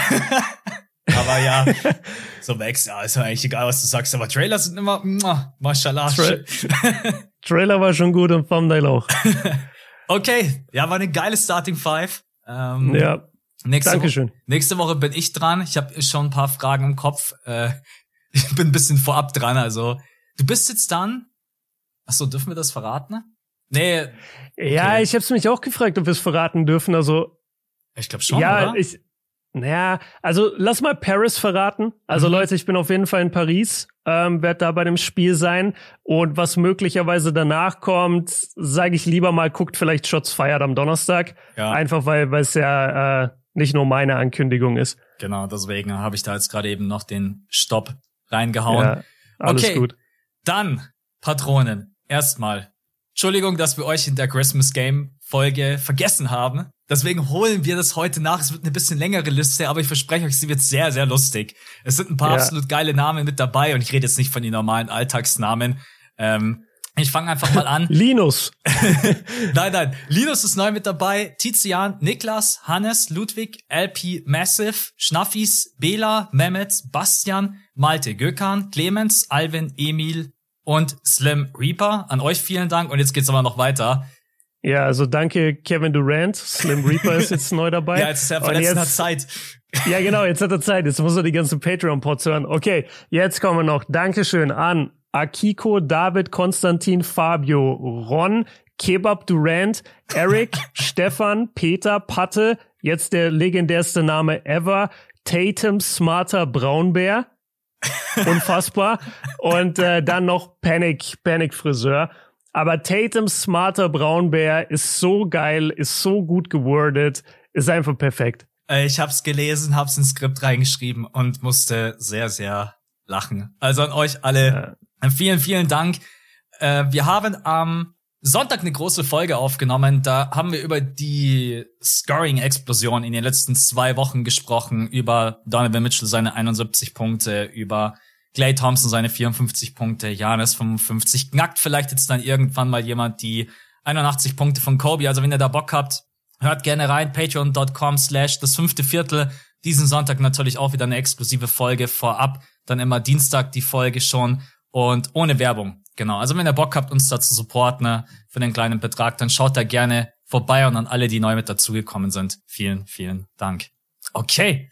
Aber ja, so Max, ja, ist ja eigentlich egal, was du sagst, aber Trailer sind immer, mashallah. Tra- Trailer war schon gut und Thumbnail auch. Okay, ja, war eine geile Starting Five. Ähm, ja, nächste Dankeschön. Wo- nächste Woche bin ich dran. Ich habe schon ein paar Fragen im Kopf. Äh, ich bin ein bisschen vorab dran, also du bist jetzt dann. Ach so, dürfen wir das verraten? Nee. Okay. Ja, ich hab's mich auch gefragt, ob wir es verraten dürfen, also. Ich glaube schon, ja, oder? ich. Naja, also lass mal Paris verraten. Also mhm. Leute, ich bin auf jeden Fall in Paris, ähm, werde da bei dem Spiel sein. Und was möglicherweise danach kommt, sage ich lieber mal, guckt vielleicht Shots Fired am Donnerstag. Ja. Einfach weil weil es ja äh, nicht nur meine Ankündigung ist. Genau, deswegen habe ich da jetzt gerade eben noch den Stopp reingehauen. Ja, alles okay, gut. Dann, Patronen, erstmal. Entschuldigung, dass wir euch in der Christmas Game Folge vergessen haben. Deswegen holen wir das heute nach. Es wird eine bisschen längere Liste, aber ich verspreche euch, sie wird sehr, sehr lustig. Es sind ein paar ja. absolut geile Namen mit dabei und ich rede jetzt nicht von den normalen Alltagsnamen. Ähm, ich fange einfach mal an. Linus. nein, nein. Linus ist neu mit dabei. Tizian, Niklas, Hannes, Ludwig, L P Massive, Schnaffis, Bela, Mehmet, Bastian, Malte, Gökhan, Clemens, Alvin, Emil und Slim Reaper. An euch vielen Dank und jetzt geht's aber noch weiter. Ja, also danke Kevin Durant. Slim Reaper ist jetzt neu dabei. Ja, jetzt ist er verletzt, hat Zeit. Ja, genau, jetzt hat er Zeit. Jetzt muss er die ganzen Patreon-Pods hören. Okay, jetzt kommen wir noch. Dankeschön an Akiko, David, Konstantin, Fabio, Ron, Kebab Durant, Eric, Stefan, Peter, Patte, jetzt der legendärste Name ever, Tatum, Smarter, Braunbär. Unfassbar. Und äh, dann noch Panic, Panic Friseur. Aber Tatum, Smarter, Braunbär ist so geil, ist so gut gewordet, ist einfach perfekt. Ich hab's gelesen, hab's ins Skript reingeschrieben und musste sehr, sehr lachen. Also an euch alle ja. vielen, vielen Dank. Wir haben am Sonntag eine große Folge aufgenommen. Da haben wir über die Scoring-Explosion in den letzten zwei Wochen gesprochen, über Donovan Mitchell seine einundsiebzig Punkte, über Klay Thompson seine vierundfünfzig Punkte, Giannis fünfundfünfzig. Knackt vielleicht jetzt dann irgendwann mal jemand die einundachtzig Punkte von Kobe. Also wenn ihr da Bock habt, hört gerne rein. Patreon.com slash das fünfte Viertel. Diesen Sonntag natürlich auch wieder eine exklusive Folge vorab. Dann immer Dienstag die Folge schon. und ohne Werbung. Genau. Also wenn ihr Bock habt, uns da zu supporten, ne, für den kleinen Betrag, dann schaut da gerne vorbei und an alle, die neu mit dazugekommen sind. Vielen, vielen Dank. Okay.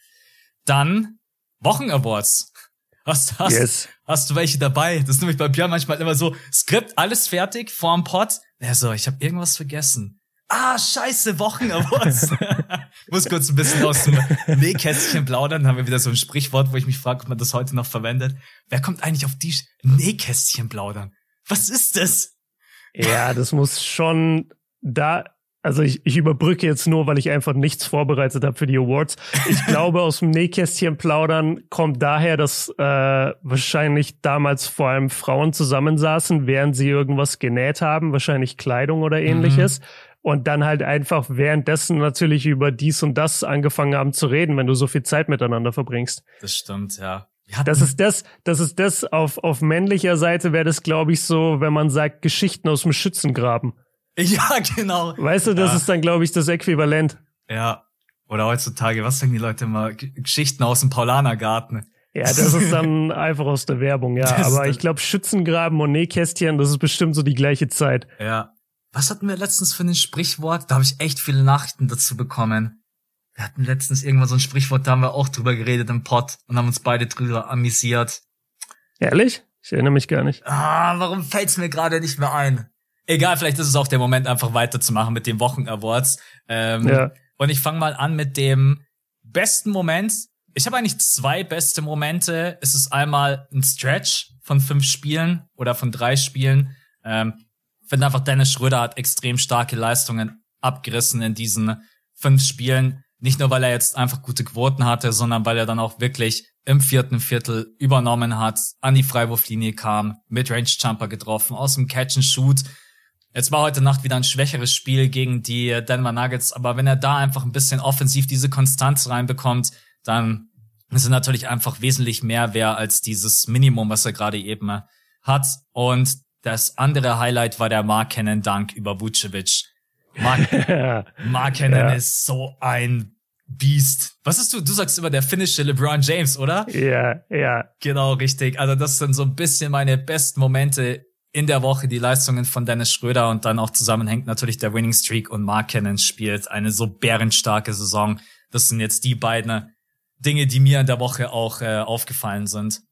Dann Wochen-Awards. Hast, hast, yes. hast du welche dabei? Das ist nämlich bei Björn manchmal immer so, Skript, alles fertig, vorm Pod. Ja, so, ich habe irgendwas vergessen. Ah, scheiße, Wochen-Awards. Muss kurz ein bisschen aus dem Nähkästchen plaudern. Dann haben wir wieder so ein Sprichwort, wo ich mich frage, ob man das heute noch verwendet. Wer kommt eigentlich auf die Sch- Nähkästchen plaudern? Was ist das? Ja, das muss schon da, also ich, ich überbrücke jetzt nur, weil ich einfach nichts vorbereitet habe für die Awards. Ich glaube, aus dem Nähkästchen plaudern kommt daher, dass äh, wahrscheinlich damals vor allem Frauen zusammensaßen, während sie irgendwas genäht haben, wahrscheinlich Kleidung oder ähnliches. Mhm. Und dann halt einfach währenddessen natürlich über dies und das angefangen haben zu reden, wenn du so viel Zeit miteinander verbringst. Das stimmt, ja. Das ist das, das ist das, auf, auf männlicher Seite wäre das, glaube ich, so, wenn man sagt, Geschichten aus dem Schützengraben. Ja, genau. Weißt du, das ja. ist dann, glaube ich, das Äquivalent. Ja. Oder heutzutage, was sagen die Leute immer? G- Geschichten aus dem Paulanergarten. Ja, das ist dann einfach aus der Werbung, ja. Das aber ich glaube, Schützengraben und Nähkästchen, das ist bestimmt so die gleiche Zeit. Ja. Was hatten wir letztens für ein Sprichwort? Da habe ich echt viele Nachrichten dazu bekommen. Wir hatten letztens irgendwann so ein Sprichwort, da haben wir auch drüber geredet im Pod und haben uns beide drüber amüsiert. Ehrlich? Ich erinnere mich gar nicht. Ah, warum fällt's mir gerade nicht mehr ein? Egal, vielleicht ist es auch der Moment, einfach weiterzumachen mit den Wochen-Awards. Ähm, ja. Und ich fange mal an mit dem besten Moment. Ich habe eigentlich zwei beste Momente. Es ist einmal ein Stretch von fünf Spielen oder von drei Spielen. Ähm, Ich finde einfach, Dennis Schröder hat extrem starke Leistungen abgerissen in diesen fünf Spielen. Nicht nur, weil er jetzt einfach gute Quoten hatte, sondern weil er dann auch wirklich im vierten Viertel übernommen hat, an die Freiwurflinie kam, Midrange-Jumper getroffen, aus dem Catch-and-Shoot. Jetzt war heute Nacht wieder ein schwächeres Spiel gegen die Denver Nuggets, aber wenn er da einfach ein bisschen offensiv diese Konstanz reinbekommt, dann ist er natürlich einfach wesentlich mehr wert als dieses Minimum, was er gerade eben hat. Und das andere Highlight war der Markkanen-Dunk über Vucevic. Mark, Markkanen ja. ist so ein Biest. Was ist du? Du sagst immer der finnische LeBron James, oder? Ja, ja. Genau, richtig. Also das sind so ein bisschen meine besten Momente in der Woche, die Leistungen von Dennis Schröder und dann auch zusammenhängt natürlich der Winning Streak und Markkanen spielt eine so bärenstarke Saison. Das sind jetzt die beiden Dinge, die mir in der Woche auch äh, aufgefallen sind.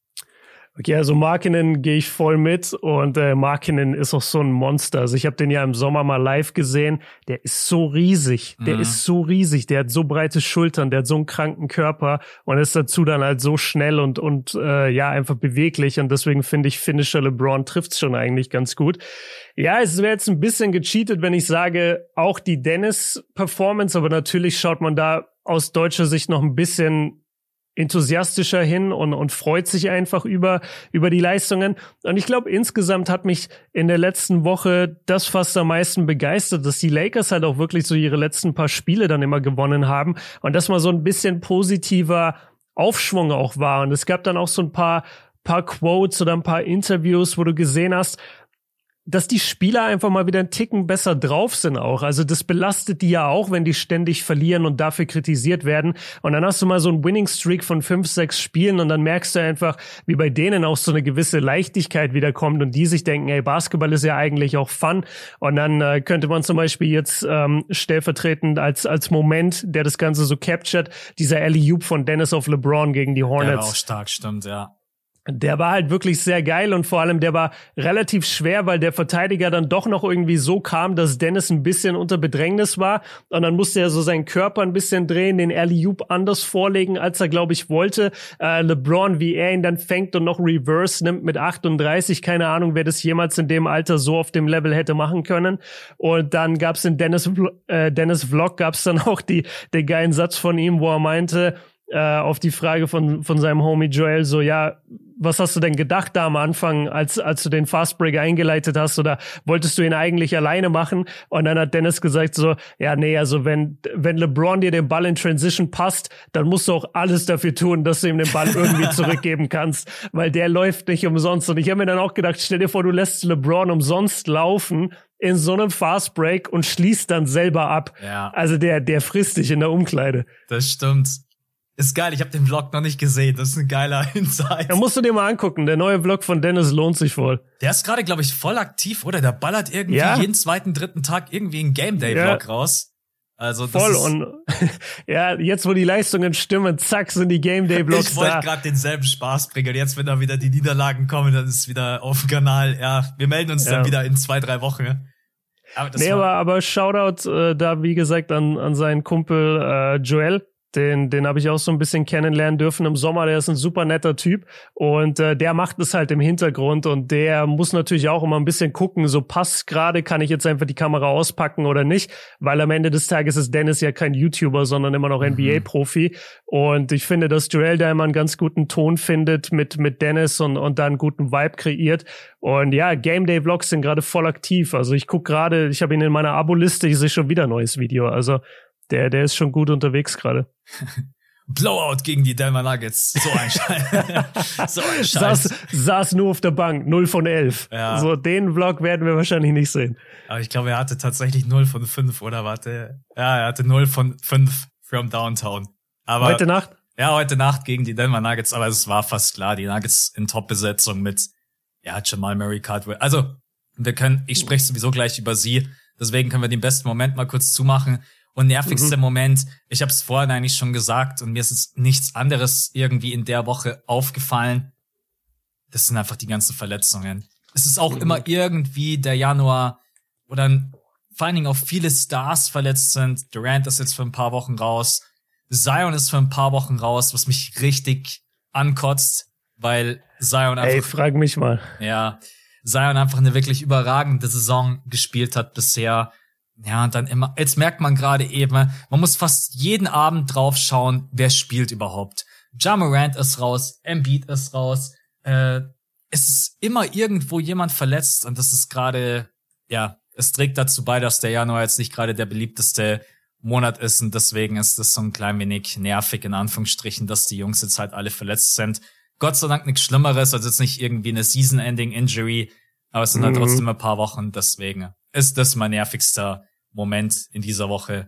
Okay, also Markkanen gehe ich voll mit und äh, Markkanen ist auch so ein Monster. Also ich habe den ja im Sommer mal live gesehen. Der ist so riesig, der mhm. ist so riesig, der hat so breite Schultern, der hat so einen kranken Körper und ist dazu dann halt so schnell und und äh, ja einfach beweglich und deswegen finde ich, finnischer LeBron trifft's schon eigentlich ganz gut. Ja, es wäre jetzt ein bisschen gecheatet, wenn ich sage, auch die Dennis-Performance, aber natürlich schaut man da aus deutscher Sicht noch ein bisschen enthusiastischer hin und und freut sich einfach über über die Leistungen. Und ich glaube, insgesamt hat mich in der letzten Woche das fast am meisten begeistert, dass die Lakers halt auch wirklich so ihre letzten paar Spiele dann immer gewonnen haben und dass mal so ein bisschen positiver Aufschwung auch war. Und es gab dann auch so ein paar paar Quotes oder ein paar Interviews, wo du gesehen hast, dass die Spieler einfach mal wieder einen Ticken besser drauf sind auch. Also das belastet die ja auch, wenn die ständig verlieren und dafür kritisiert werden. Und dann hast du mal so einen Winning-Streak von fünf, sechs Spielen und dann merkst du einfach, wie bei denen auch so eine gewisse Leichtigkeit wiederkommt und die sich denken, ey, Basketball ist ja eigentlich auch Fun. Und dann äh, könnte man zum Beispiel jetzt ähm, stellvertretend als als Moment, der das Ganze so captured, dieser Alley-Oop von Dennis auf LeBron gegen die Hornets. Der war auch stark, stimmt, ja. Der war halt wirklich sehr geil und vor allem der war relativ schwer, weil der Verteidiger dann doch noch irgendwie so kam, dass Dennis ein bisschen unter Bedrängnis war und dann musste er so seinen Körper ein bisschen drehen, den Alley-Oop anders vorlegen, als er, glaube ich, wollte. Äh, LeBron, wie er ihn dann fängt und noch Reverse nimmt mit achtunddreißig, keine Ahnung, wer das jemals in dem Alter so auf dem Level hätte machen können. Und dann gab's in Dennis, äh, Dennis Vlog gab's dann auch die den geilen Satz von ihm, wo er meinte, äh, auf die Frage von von seinem Homie Joel so, ja, was hast du denn gedacht da am Anfang, als als du den Fastbreak eingeleitet hast, oder wolltest du ihn eigentlich alleine machen? Und dann hat Dennis gesagt so, ja, nee, also wenn wenn LeBron dir den Ball in Transition passt, dann musst du auch alles dafür tun, dass du ihm den Ball irgendwie zurückgeben kannst, weil der läuft nicht umsonst. Und ich habe mir dann auch gedacht, stell dir vor, du lässt LeBron umsonst laufen in so einem Fastbreak und schließt dann selber ab. Ja. Also der der frisst dich in der Umkleide. Das stimmt. Ist geil, ich habe den Vlog noch nicht gesehen. Das ist ein geiler Insight. Da musst du dir mal angucken. Der neue Vlog von Dennis lohnt sich voll. Der ist gerade, glaube ich, voll aktiv, oder? Der ballert irgendwie ja. jeden zweiten, dritten Tag irgendwie einen Game Day Vlog ja. raus. Also das voll ist und ja, jetzt wo die Leistungen stimmen, zack, sind die Game Day Vlogs da. Ich wollte gerade denselben Spaß bringen. Jetzt, wenn da wieder die Niederlagen kommen, dann ist es wieder auf dem Kanal. Ja, wir melden uns ja. dann wieder in zwei, drei Wochen. Aber das nee, aber, aber Shoutout äh, da, wie gesagt, an, an seinen Kumpel äh, Joel. Den, den habe ich auch so ein bisschen kennenlernen dürfen im Sommer. Der ist ein super netter Typ und äh, der macht es halt im Hintergrund und der muss natürlich auch immer ein bisschen gucken, so passt gerade, kann ich jetzt einfach die Kamera auspacken oder nicht, weil am Ende des Tages ist Dennis ja kein YouTuber, sondern immer noch N B A-Profi und ich finde, dass Joel da immer einen ganz guten Ton findet mit mit Dennis und und da einen guten Vibe kreiert und ja, Game Day Vlogs sind gerade voll aktiv. Also ich gucke gerade, ich habe ihn in meiner Abo-Liste, ich sehe schon wieder ein neues Video, also Der, der ist schon gut unterwegs gerade. Blowout gegen die Denver Nuggets. So ein Scheiß. so ein Scheiß. Saß, saß nur auf der Bank. null von elf. Ja. So, den Vlog werden wir wahrscheinlich nicht sehen. Aber ich glaube, er hatte tatsächlich null von fünf, oder warte? Ja, er hatte null von fünf from Downtown. Aber heute Nacht? Ja, heute Nacht gegen die Denver Nuggets. Aber es war fast klar. Die Nuggets in Top-Besetzung mit, ja, Jamal Murray, Caldwell. Also, wir können, ich spreche sowieso gleich über sie. Deswegen können wir den besten Moment mal kurz zumachen. Und nervigster mhm. Moment, ich habe es vorhin eigentlich schon gesagt und mir ist jetzt nichts anderes irgendwie in der Woche aufgefallen. Das sind einfach die ganzen Verletzungen. Es ist auch mhm. immer irgendwie der Januar, wo dann vor allen Dingen auch viele Stars verletzt sind. Durant ist jetzt für ein paar Wochen raus. Zion ist für ein paar Wochen raus, was mich richtig ankotzt, weil Zion einfach... Ey, frag mich mal. Ja, Zion einfach eine wirklich überragende Saison gespielt hat bisher. Ja, und dann immer, jetzt merkt man gerade eben, man muss fast jeden Abend drauf schauen, wer spielt überhaupt. Ja Morant ist raus, Embiid ist raus, äh, es ist immer irgendwo jemand verletzt und das ist gerade, ja, es trägt dazu bei, dass der Januar jetzt nicht gerade der beliebteste Monat ist und deswegen ist das so ein klein wenig nervig, in Anführungsstrichen, dass die Jungs jetzt halt alle verletzt sind. Gott sei Dank nichts Schlimmeres, also jetzt nicht irgendwie eine Season-Ending-Injury, aber es sind mhm. halt trotzdem ein paar Wochen, deswegen ist das mein nervigster Moment in dieser Woche.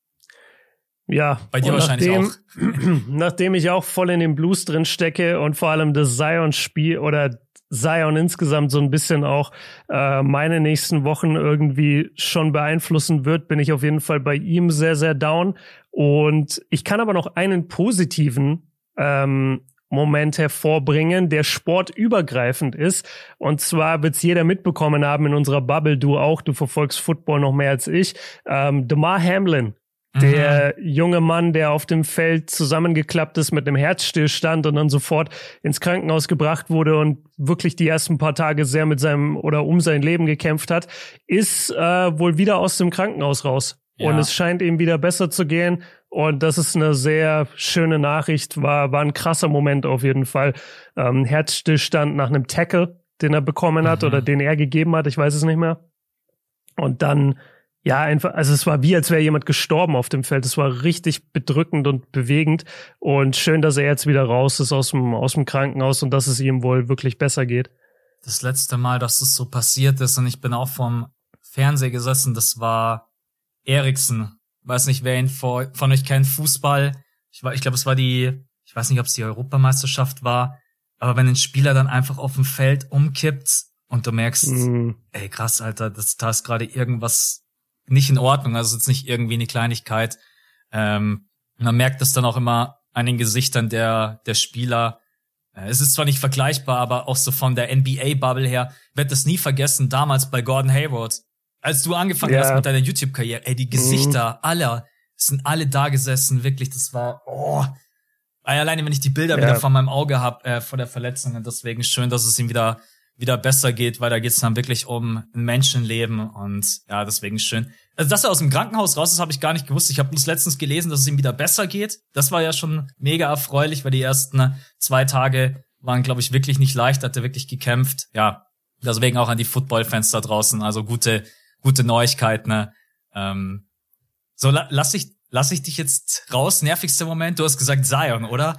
Ja. Bei dir wahrscheinlich nachdem, auch. Nachdem ich auch voll in den Blues drin stecke und vor allem das Zion-Spiel oder Zion insgesamt so ein bisschen auch äh, meine nächsten Wochen irgendwie schon beeinflussen wird, bin ich auf jeden Fall bei ihm sehr, sehr down. Und ich kann aber noch einen positiven ähm, Moment hervorbringen, der sportübergreifend ist. Und zwar wird's jeder mitbekommen haben in unserer Bubble, du auch, du verfolgst Football noch mehr als ich. Ähm, Damar Hamlin, mhm. der junge Mann, der auf dem Feld zusammengeklappt ist mit einem Herzstillstand und dann sofort ins Krankenhaus gebracht wurde und wirklich die ersten paar Tage sehr mit seinem oder um sein Leben gekämpft hat, ist äh, wohl wieder aus dem Krankenhaus raus. Ja. Und es scheint ihm wieder besser zu gehen. Und das ist eine sehr schöne Nachricht. War, war ein krasser Moment auf jeden Fall. Ähm, Herzstillstand nach einem Tackle, den er bekommen hat mhm. oder den er gegeben hat. Ich weiß es nicht mehr. Und dann, ja, einfach, also es war wie, als wäre jemand gestorben auf dem Feld. Es war richtig bedrückend und bewegend. Und schön, dass er jetzt wieder raus ist aus dem, aus dem Krankenhaus und dass es ihm wohl wirklich besser geht. Das letzte Mal, dass das so passiert ist und ich bin auch vom Fernseher gesessen, das war Eriksen, weiß nicht, wer ihn vor, von euch kennt, Fußball. Ich, war, ich glaube, es war die, ich weiß nicht, ob es die Europameisterschaft war, aber wenn ein Spieler dann einfach auf dem Feld umkippt und du merkst, mm. ey, krass, Alter, das, da ist gerade irgendwas nicht in Ordnung, also jetzt nicht irgendwie eine Kleinigkeit. Ähm, man merkt es dann auch immer an den Gesichtern der, der Spieler. Äh, es ist zwar nicht vergleichbar, aber auch so von der N B A-Bubble her, ich werde das nie vergessen, damals bei Gordon Hayward. Als du angefangen ja. hast mit deiner YouTube-Karriere, ey, die Gesichter mhm. aller sind alle da gesessen, wirklich, das war, oh. Alleine, wenn ich die Bilder ja. wieder vor meinem Auge hab, äh, vor der Verletzung, und deswegen schön, dass es ihm wieder, wieder besser geht, weil da geht's dann wirklich um ein Menschenleben und ja, deswegen schön. Also, dass er aus dem Krankenhaus raus ist, habe ich gar nicht gewusst. Ich habe bloß letztens gelesen, dass es ihm wieder besser geht. Das war ja schon mega erfreulich, weil die ersten zwei Tage waren, glaube ich, wirklich nicht leicht, hat er wirklich gekämpft. Ja, deswegen auch an die Football-Fans da draußen, also gute Gute Neuigkeit, ne? Ähm, so, la- lass ich, lass ich dich jetzt raus. Nervigster Moment, du hast gesagt Zion, oder?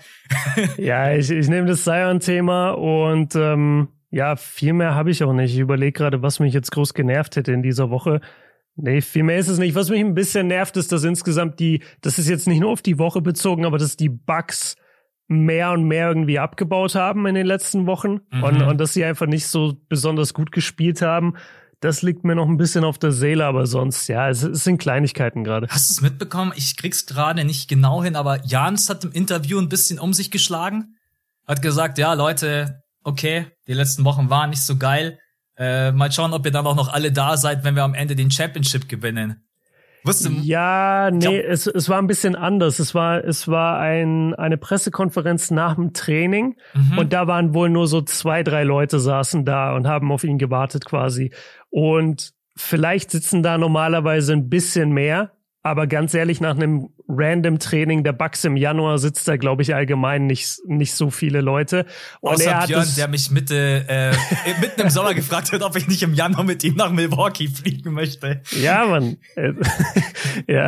Ja, ich, ich nehme das Zion-Thema und ähm, ja, viel mehr habe ich auch nicht. Ich überlege gerade, was mich jetzt groß genervt hätte in dieser Woche. Nee, viel mehr ist es nicht. Was mich ein bisschen nervt, ist, dass insgesamt die, das ist jetzt nicht nur auf die Woche bezogen, aber dass die Bucks mehr und mehr irgendwie abgebaut haben in den letzten Wochen mhm. und, und dass sie einfach nicht so besonders gut gespielt haben. Das liegt mir noch ein bisschen auf der Seele, aber sonst, ja, es, es sind Kleinigkeiten gerade. Hast du es mitbekommen? Ich krieg's gerade nicht genau hin, aber Giannis hat im Interview ein bisschen um sich geschlagen. Hat gesagt, ja, Leute, okay, die letzten Wochen waren nicht so geil. Äh, mal schauen, ob ihr dann auch noch alle da seid, wenn wir am Ende den Championship gewinnen. Wusste, ja, nee, glaub, es, es war ein bisschen anders. Es war, es war ein, eine Pressekonferenz nach dem Training mhm. und da waren wohl nur so zwei, drei Leute saßen da und haben auf ihn gewartet quasi. Und vielleicht sitzen da normalerweise ein bisschen mehr, aber ganz ehrlich, nach einem random Training der Bucks im Januar sitzt da, glaube ich, allgemein nicht nicht so viele Leute. Und außer er hat Björn, es, der mich Mitte, äh, mitten im Sommer gefragt hat, ob ich nicht im Januar mit ihm nach Milwaukee fliegen möchte. Ja, Mann. ja.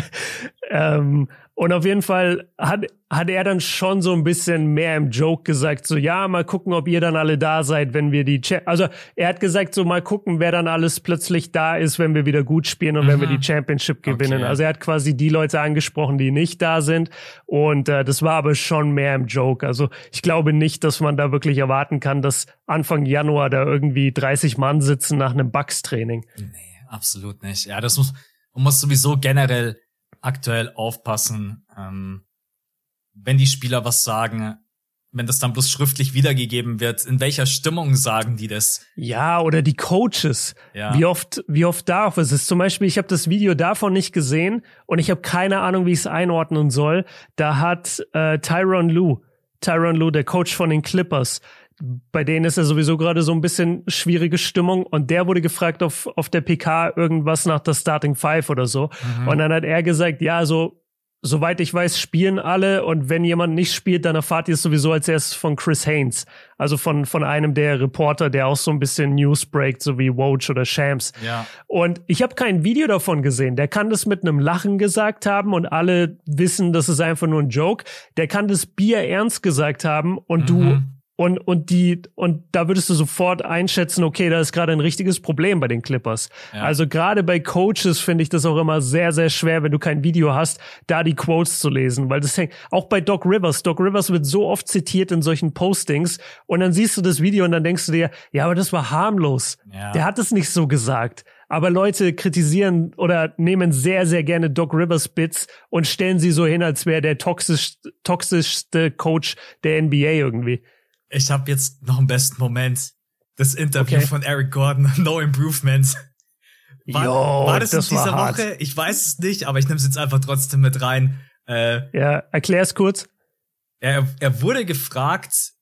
ähm, und auf jeden Fall hat, hat er dann schon so ein bisschen mehr im Joke gesagt, so, ja, mal gucken, ob ihr dann alle da seid, wenn wir die, Cha- also er hat gesagt, so, mal gucken, wer dann alles plötzlich da ist, wenn wir wieder gut spielen und mhm. wenn wir die Championship gewinnen. Okay. Also er hat quasi die Leute angesprochen, die nicht da sind und äh, das war aber schon mehr im Joke. Also ich glaube nicht, dass man da wirklich erwarten kann, dass Anfang Januar da irgendwie dreißig Mann sitzen nach einem Bucks-Training. Nee, absolut nicht. Ja, das muss, man muss sowieso generell aktuell aufpassen, ähm, wenn die Spieler was sagen, wenn das dann bloß schriftlich wiedergegeben wird, in welcher Stimmung sagen die das? Ja, oder die Coaches. Ja. Wie oft, wie oft darf es ist. Zum Beispiel, ich habe das Video davon nicht gesehen und ich habe keine Ahnung, wie ich es einordnen soll. Da hat äh, Tyronn Lue, Tyronn Lue, der Coach von den Clippers, bei denen ist ja sowieso gerade so ein bisschen schwierige Stimmung und der wurde gefragt auf auf der P K irgendwas nach der Starting Five oder so mhm. und dann hat er gesagt, ja, so soweit ich weiß, spielen alle und wenn jemand nicht spielt, dann erfahrt ihr es sowieso als erstes von Chris Haynes, also von von einem der Reporter, der auch so ein bisschen News breakt, so wie Woj oder Shams. Ja. Und ich habe kein Video davon gesehen. Der kann das mit einem Lachen gesagt haben und alle wissen, das ist einfach nur ein Joke. Der kann das bierernst gesagt haben und mhm. du Und, und die, und da würdest du sofort einschätzen, okay, da ist gerade ein richtiges Problem bei den Clippers. Ja. Also gerade bei Coaches finde ich das auch immer sehr, sehr schwer, wenn du kein Video hast, da die Quotes zu lesen, weil das hängt, auch bei Doc Rivers. Doc Rivers wird so oft zitiert in solchen Postings und dann siehst du das Video und dann denkst du dir, ja, aber das war harmlos. Ja. Der hat es nicht so gesagt. Aber Leute kritisieren oder nehmen sehr, sehr gerne Doc Rivers Bits und stellen sie so hin, als wäre der toxisch, toxischste Coach der N B A irgendwie. Ich habe jetzt noch einen besten Moment. Das Interview okay. von Eric Gordon, No Improvement. War, Yo, war das, das in dieser war Woche? Ich weiß es nicht, aber ich nehme es jetzt einfach trotzdem mit rein. Äh, ja, erklär's kurz. Er, er wurde gefragt,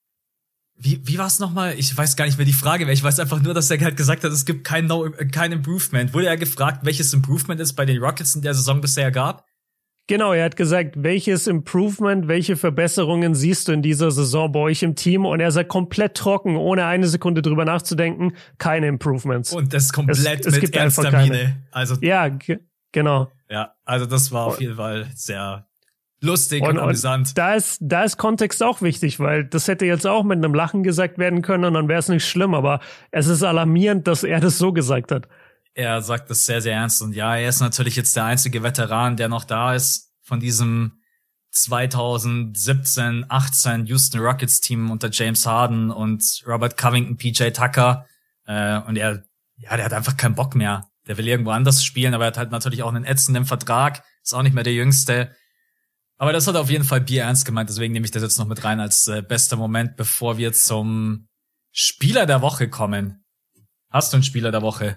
wie, wie war es nochmal? Ich weiß gar nicht mehr die Frage, weil ich weiß einfach nur, dass er halt gesagt hat, es gibt kein, no, kein Improvement. Wurde er gefragt, welches Improvement es bei den Rockets in der Saison bisher gab? Genau, er hat gesagt, welches Improvement, welche Verbesserungen siehst du in dieser Saison bei euch im Team? Und er sagt komplett trocken, ohne eine Sekunde drüber nachzudenken, keine Improvements. Und das komplett es, es mit ernster Miene. Also ja, g- genau. Ja, also das war auf jeden Fall sehr lustig und, und amüsant. Und da ist, da ist Kontext auch wichtig, weil das hätte jetzt auch mit einem Lachen gesagt werden können und dann wäre es nicht schlimm, aber es ist alarmierend, dass er das so gesagt hat. Er sagt das sehr, sehr ernst. Und ja, er ist natürlich jetzt der einzige Veteran, der noch da ist von diesem zwanzig siebzehn achtzehn Houston Rockets Team unter James Harden und Robert Covington, P J Tucker. Äh, und er, ja, der hat einfach keinen Bock mehr. Der will irgendwo anders spielen, aber er hat halt natürlich auch einen ätzenden Vertrag. Ist auch nicht mehr der Jüngste. Aber das hat er auf jeden Fall bierernst gemeint. Deswegen nehme ich das jetzt noch mit rein als äh, bester Moment, bevor wir zum Spieler der Woche kommen. Hast du einen Spieler der Woche?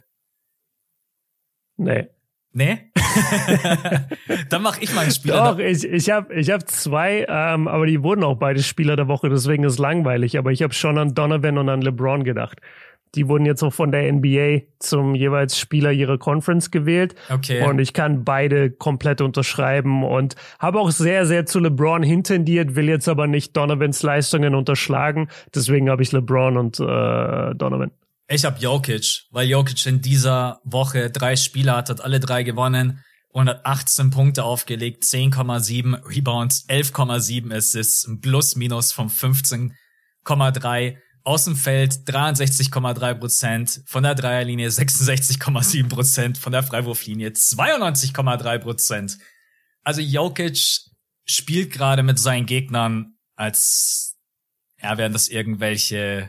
Nee. Nee? Dann mach ich mal einen Spieler. Doch, ich, ich habe ich hab zwei, ähm, aber die wurden auch beide Spieler der Woche, deswegen ist es langweilig. Aber ich habe schon an Donovan und an LeBron gedacht. Die wurden jetzt auch von der N B A zum jeweils Spieler ihrer Conference gewählt. Okay. Und ich kann beide komplett unterschreiben und habe auch sehr, sehr zu LeBron hintendiert, will jetzt aber nicht Donovans Leistungen unterschlagen. Deswegen habe ich LeBron und äh, Donovan. Ich hab Jokic, weil Jokic in dieser Woche drei Spiele hat, hat alle drei gewonnen und hat achtzehn Punkte aufgelegt, zehn Komma sieben Rebounds, elf Komma sieben Assists, ein Plus-Minus von fünfzehn Komma drei Aus dem Feld dreiundsechzig Komma drei Prozent, von der Dreierlinie sechsundsechzig Komma sieben Prozent, von der Freiwurflinie zweiundneunzig Komma drei Prozent. Also Jokic spielt gerade mit seinen Gegnern, als ja, wären das irgendwelche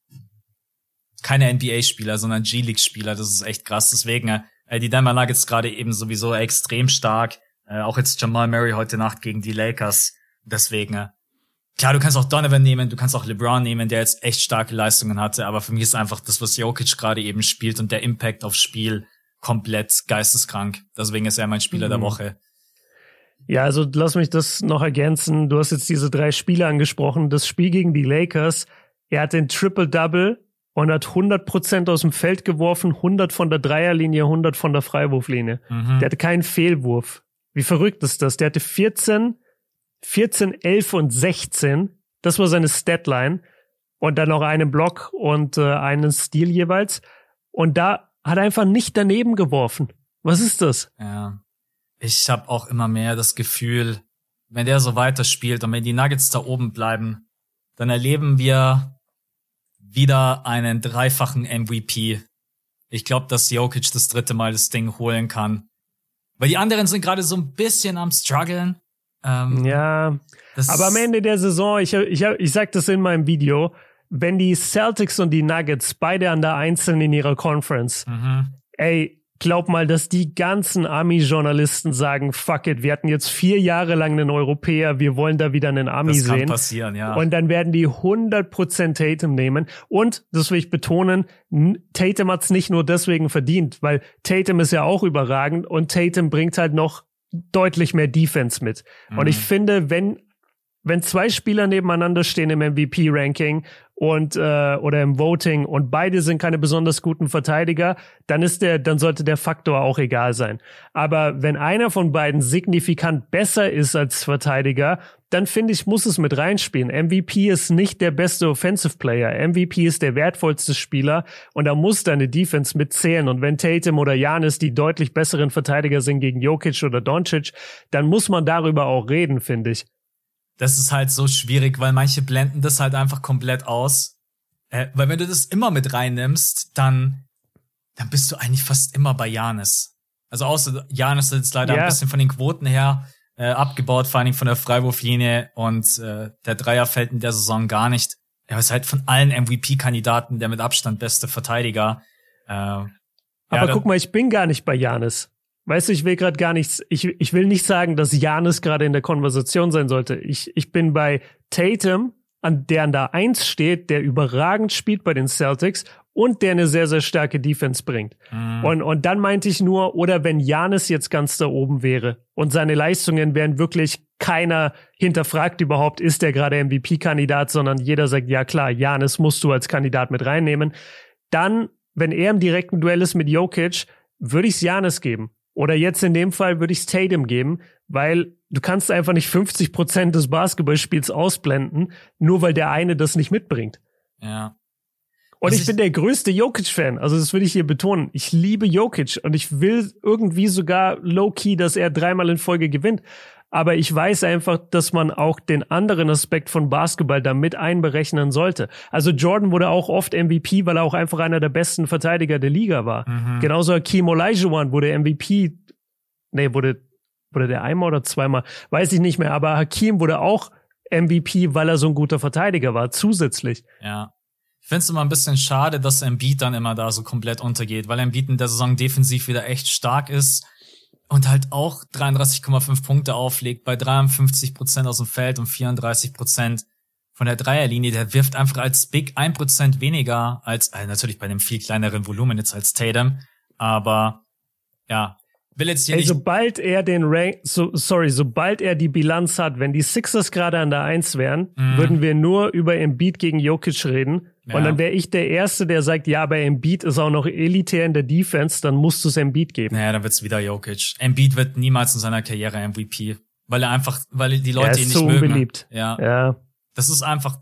keine N B A-Spieler, sondern G-League-Spieler. Das ist echt krass. Deswegen äh, die Denver Nuggets gerade eben sowieso extrem stark. Äh, auch jetzt Jamal Murray heute Nacht gegen die Lakers. Deswegen äh, klar, du kannst auch Donovan nehmen, du kannst auch LeBron nehmen, der jetzt echt starke Leistungen hatte, aber für mich ist einfach das, was Jokic gerade eben spielt und der Impact aufs Spiel komplett geisteskrank. Deswegen ist er mein Spieler mhm. der Woche. Ja, also lass mich das noch ergänzen. Du hast jetzt diese drei Spiele angesprochen. Das Spiel gegen die Lakers, er hat den Triple-Double und hat hundert Prozent aus dem Feld geworfen, hundert von der Dreierlinie, hundert von der Freiwurflinie. Mhm. Der hatte keinen Fehlwurf. Wie verrückt ist das? Der hatte vierzehn vierzehn, elf und sechzehn, das war seine Statline. Und dann noch einen Block und äh, einen Steal jeweils. Und da hat er einfach nicht daneben geworfen. Was ist das? Ja, ich habe auch immer mehr das Gefühl, wenn der so weiterspielt und wenn die Nuggets da oben bleiben, dann erleben wir wieder einen dreifachen M V P. Ich glaube, dass Jokic das dritte Mal das Ding holen kann. Weil die anderen sind gerade so ein bisschen am struggeln. Ähm, ja, aber am Ende der Saison, ich, ich, ich sag das in meinem Video, wenn die Celtics und die Nuggets beide an der Eins sind in ihrer Conference, mhm. ey, glaub mal, dass die ganzen Ami-Journalisten sagen, fuck it, wir hatten jetzt vier Jahre lang einen Europäer, wir wollen da wieder einen Ami das sehen. Kann passieren, ja. Und dann werden die hundert Prozent Tatum nehmen. Und, das will ich betonen, Tatum hat's nicht nur deswegen verdient, weil Tatum ist ja auch überragend und Tatum bringt halt noch deutlich mehr Defense mit. Mhm. Und ich finde, wenn wenn zwei Spieler nebeneinander stehen im M V P-Ranking und äh, oder im Voting und beide sind keine besonders guten Verteidiger, dann ist der, dann sollte der Faktor auch egal sein. Aber wenn einer von beiden signifikant besser ist als Verteidiger, dann finde ich, muss es mit reinspielen. M V P ist nicht der beste Offensive Player. M V P ist der wertvollste Spieler und da muss deine Defense mitzählen. Und wenn Tatum oder Giannis die deutlich besseren Verteidiger sind gegen Jokic oder Doncic, dann muss man darüber auch reden, finde ich. Das ist halt so schwierig, weil manche blenden das halt einfach komplett aus. Äh, weil wenn du das immer mit reinnimmst, dann, dann bist du eigentlich fast immer bei Giannis. Also außer Giannis ist jetzt leider yeah. ein bisschen von den Quoten her äh, abgebaut, vor allen Dingen von der Freiwurflinie und äh, der Dreier fällt in der Saison gar nicht. Er ist halt von allen M V P-Kandidaten der mit Abstand beste Verteidiger. Äh, Aber ja, guck mal, ich bin gar nicht bei Giannis. Weißt du, ich will gerade gar nichts, ich, ich will nicht sagen, dass Giannis gerade in der Konversation sein sollte. Ich, ich bin bei Tatum, an der an der Eins steht, der überragend spielt bei den Celtics und der eine sehr, sehr starke Defense bringt. Mhm. Und, und dann meinte ich nur, oder wenn Giannis jetzt ganz da oben wäre und seine Leistungen wären wirklich keiner hinterfragt überhaupt, ist der gerade M V P-Kandidat, sondern jeder sagt, ja klar, Giannis musst du als Kandidat mit reinnehmen. Dann, wenn er im direkten Duell ist mit Jokic, würde ich es Giannis geben. Oder jetzt in dem Fall würde ich es Tatum geben, weil du kannst einfach nicht fünfzig Prozent des Basketballspiels ausblenden, nur weil der eine das nicht mitbringt. Ja. Und ich, ich bin der größte Jokic-Fan, also das will ich hier betonen. Ich liebe Jokic und ich will irgendwie sogar low-key, dass er dreimal in Folge gewinnt. Aber ich weiß einfach, dass man auch den anderen Aspekt von Basketball da mit einberechnen sollte. Also Jordan wurde auch oft M V P, weil er auch einfach einer der besten Verteidiger der Liga war. Mhm. Genauso Hakeem Olajuwon wurde M V P. Nee, wurde, wurde der einmal oder zweimal? Weiß ich nicht mehr. Aber Hakeem wurde auch M V P, weil er so ein guter Verteidiger war, zusätzlich. Ja. Ich finde es immer ein bisschen schade, dass Embiid dann immer da so komplett untergeht, weil Embiid in der Saison defensiv wieder echt stark ist. Und halt auch dreiunddreißig Komma fünf Punkte auflegt bei dreiundfünfzig Prozent aus dem Feld und vierunddreißig Prozent von der Dreierlinie. Der wirft einfach als Big ein Prozent weniger als, also natürlich bei einem viel kleineren Volumen jetzt als Tatum. Aber, ja, will jetzt hier Ey, nicht... sobald er den Rank, so, sorry, sobald er die Bilanz hat, wenn die Sixers gerade an der Eins wären, mm. würden wir nur über Embiid gegen Jokic reden. Ja. Und dann wäre ich der Erste, der sagt, ja, aber Embiid ist auch noch elitär in der Defense, dann musst du es Embiid geben. Naja, dann wird's wieder Jokic. Embiid wird niemals in seiner Karriere M V P, weil er einfach, weil die Leute ihn nicht so mögen. Unbeliebt. Ja. ja. Das ist einfach,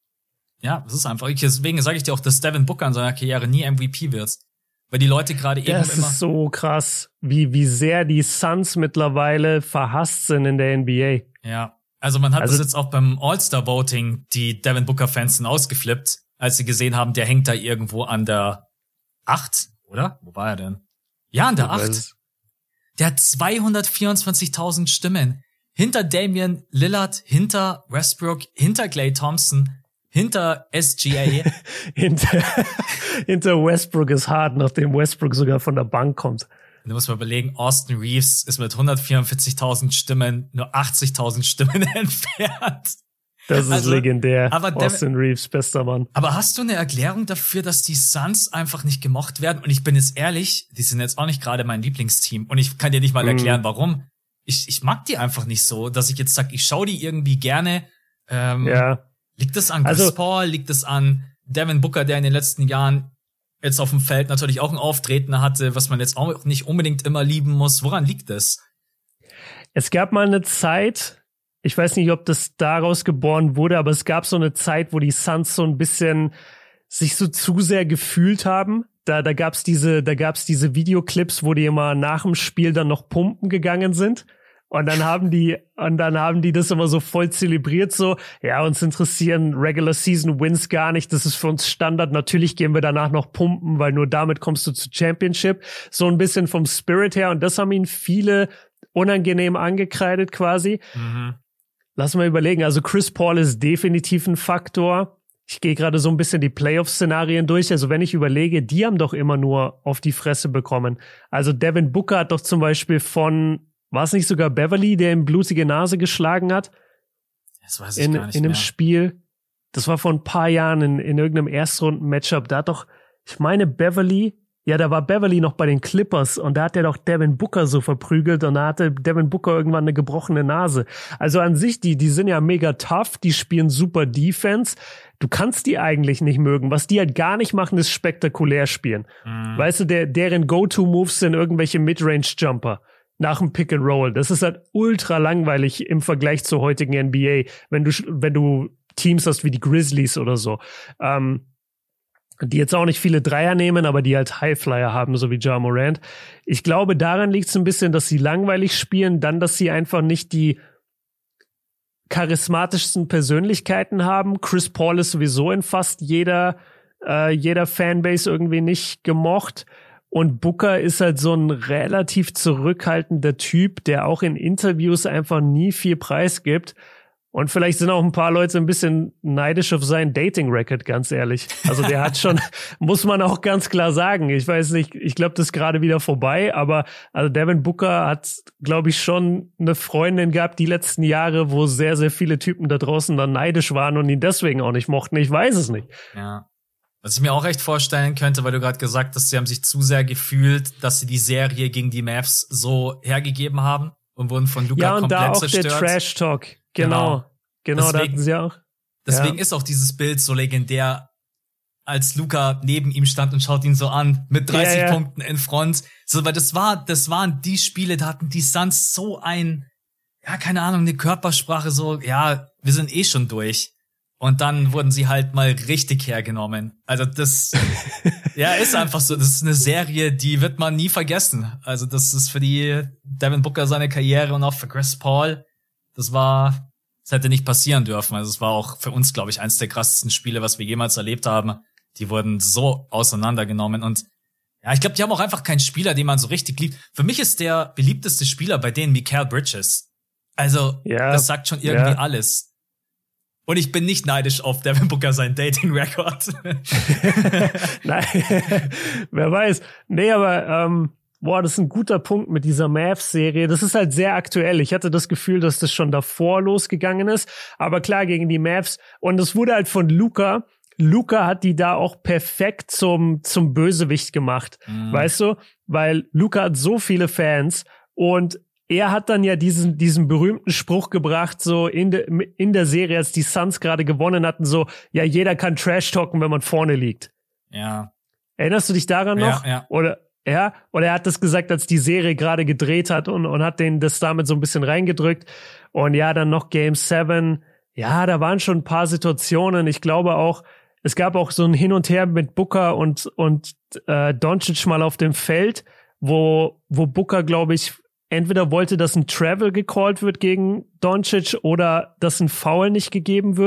ja, das ist einfach, deswegen sage ich dir auch, dass Devin Booker in seiner Karriere nie M V P wird. Weil die Leute gerade eben das immer... Das ist so krass, wie, wie sehr die Suns mittlerweile verhasst sind in der N B A. Ja, also man hat also, das jetzt auch beim All-Star-Voting, die Devin Booker-Fans sind ausgeflippt. als sie gesehen haben, der hängt da irgendwo an der acht, oder? Wo war er denn? Ja, an der acht. Der hat zweihundertvierundzwanzigtausend Stimmen. Hinter Damian Lillard, hinter Westbrook, hinter Klay Thompson, hinter S G A. hinter, hinter Westbrook ist hart, nachdem Westbrook sogar von der Bank kommt. Du musst mal überlegen, Austin Reeves ist mit hundertvierundvierzigtausend Stimmen nur achtzigtausend Stimmen entfernt. Das ist also legendär. Aber Austin Reeves, bester Mann. Aber hast du eine Erklärung dafür, dass die Suns einfach nicht gemocht werden? Und ich bin jetzt ehrlich, die sind jetzt auch nicht gerade mein Lieblingsteam. Und ich kann dir nicht mal erklären, mm. warum. Ich, ich mag die einfach nicht so, dass ich jetzt sag, ich schaue die irgendwie gerne. Ähm, ja. Liegt das an Chris also, Paul? Liegt das an Devin Booker, der in den letzten Jahren jetzt auf dem Feld natürlich auch ein Auftreten hatte, was man jetzt auch nicht unbedingt immer lieben muss? Woran liegt das? Es gab mal eine Zeit, ich weiß nicht, ob das daraus geboren wurde, aber es gab so eine Zeit, wo die Suns so ein bisschen sich so zu sehr gefühlt haben. Da, da gab's diese, da gab's diese Videoclips, wo die immer nach dem Spiel dann noch pumpen gegangen sind. Und dann haben die, und dann haben die das immer so voll zelebriert, so, ja, uns interessieren Regular Season Wins gar nicht, das ist für uns Standard, natürlich gehen wir danach noch pumpen, weil nur damit kommst du zu Championship. So ein bisschen vom Spirit her, und das haben ihnen viele unangenehm angekreidet quasi. Mhm. Lass mal überlegen, also Chris Paul ist definitiv ein Faktor. Ich gehe gerade so ein bisschen die Playoff-Szenarien durch. Also wenn ich überlege, die haben doch immer nur auf die Fresse bekommen. Also Devin Booker hat doch zum Beispiel von, war es nicht sogar Beverly, der ihm blutige Nase geschlagen hat? Das weiß ich in, gar nicht in einem mehr. Spiel. Das war vor ein paar Jahren in, in irgendeinem Erstrunden-Matchup. Da hat doch, ich meine Beverly, ja, da war Beverly noch bei den Clippers und da hat er doch Devin Booker so verprügelt und da hatte Devin Booker irgendwann eine gebrochene Nase. Also an sich, die, die sind ja mega tough, die spielen super Defense. Du kannst die eigentlich nicht mögen. Was die halt gar nicht machen, ist spektakulär spielen. Mhm. Weißt du, der, deren Go-To-Moves sind irgendwelche Midrange-Jumper nach dem Pick and Roll. Das ist halt ultra langweilig im Vergleich zur heutigen N B A, wenn du, wenn du Teams hast wie die Grizzlies oder so. Ähm, die jetzt auch nicht viele Dreier nehmen, aber die halt Highflyer haben, so wie Ja Morant. Ich glaube, daran liegt es ein bisschen, dass sie langweilig spielen, dann, dass sie einfach nicht die charismatischsten Persönlichkeiten haben. Chris Paul ist sowieso in fast jeder, äh, jeder Fanbase irgendwie nicht gemocht. Und Booker ist halt so ein relativ zurückhaltender Typ, der auch in Interviews einfach nie viel preisgibt. Und vielleicht sind auch ein paar Leute ein bisschen neidisch auf seinen Dating-Record, ganz ehrlich. Also der hat schon, muss man auch ganz klar sagen. Ich weiß nicht, ich glaube, das ist gerade wieder vorbei, aber also Devin Booker hat, glaube ich, schon eine Freundin gehabt die letzten Jahre, wo sehr, sehr viele Typen da draußen dann neidisch waren und ihn deswegen auch nicht mochten. Ich weiß es nicht. Ja. Was ich mir auch echt vorstellen könnte, weil du gerade gesagt hast, sie haben sich zu sehr gefühlt, dass sie die Serie gegen die Mavs so hergegeben haben und wurden von Luka ja, und komplett da auch zerstört. Der Trash-Talk. Genau. Genau, deswegen, da hatten sie auch. Deswegen ja. ist auch dieses Bild so legendär, als Luka neben ihm stand und schaut ihn so an, mit dreißig ja, ja. Punkten in Front. So, weil das war, das waren die Spiele, da hatten die Suns so ein, ja, keine Ahnung, eine Körpersprache so, ja, wir sind eh schon durch. Und dann wurden sie halt mal richtig hergenommen. Also das, ja, ist einfach so. Das ist eine Serie, die wird man nie vergessen. Also das ist für die Devin Booker seine Karriere und auch für Chris Paul. Das war, das hätte nicht passieren dürfen. Also es war auch für uns, glaube ich, eins der krassesten Spiele, was wir jemals erlebt haben. Die wurden so auseinandergenommen. Und ja, ich glaube, die haben auch einfach keinen Spieler, den man so richtig liebt. Für mich ist der beliebteste Spieler bei denen Mikal Bridges. Also ja, das sagt schon irgendwie ja. alles. Und ich bin nicht neidisch auf Devin Booker seinen Dating-Record. Nein, wer weiß. Nee, aber ähm, boah, das ist ein guter Punkt mit dieser Mavs-Serie. Das ist halt sehr aktuell. Ich hatte das Gefühl, dass das schon davor losgegangen ist. Aber klar, gegen die Mavs. Und es wurde halt von Luka. Luka hat die da auch perfekt zum zum Bösewicht gemacht. Mhm. Weißt du? Weil Luka hat so viele Fans und er hat dann ja diesen diesen berühmten Spruch gebracht, so in, de, in der Serie, als die Suns gerade gewonnen hatten, so, ja, jeder kann Trash-talken, wenn man vorne liegt. Ja. Erinnerst du dich daran noch? Ja, ja. Oder, ja? Oder er hat das gesagt, als die Serie gerade gedreht hat und, und hat den das damit so ein bisschen reingedrückt. Und ja, dann noch Game sieben. Ja, da waren schon ein paar Situationen. Ich glaube auch, es gab auch so ein Hin und Her mit Booker und, und äh, Doncic mal auf dem Feld, wo, wo Booker, glaube ich, entweder wollte, dass ein Travel gecallt wird gegen Doncic oder dass ein Foul nicht gegeben wird.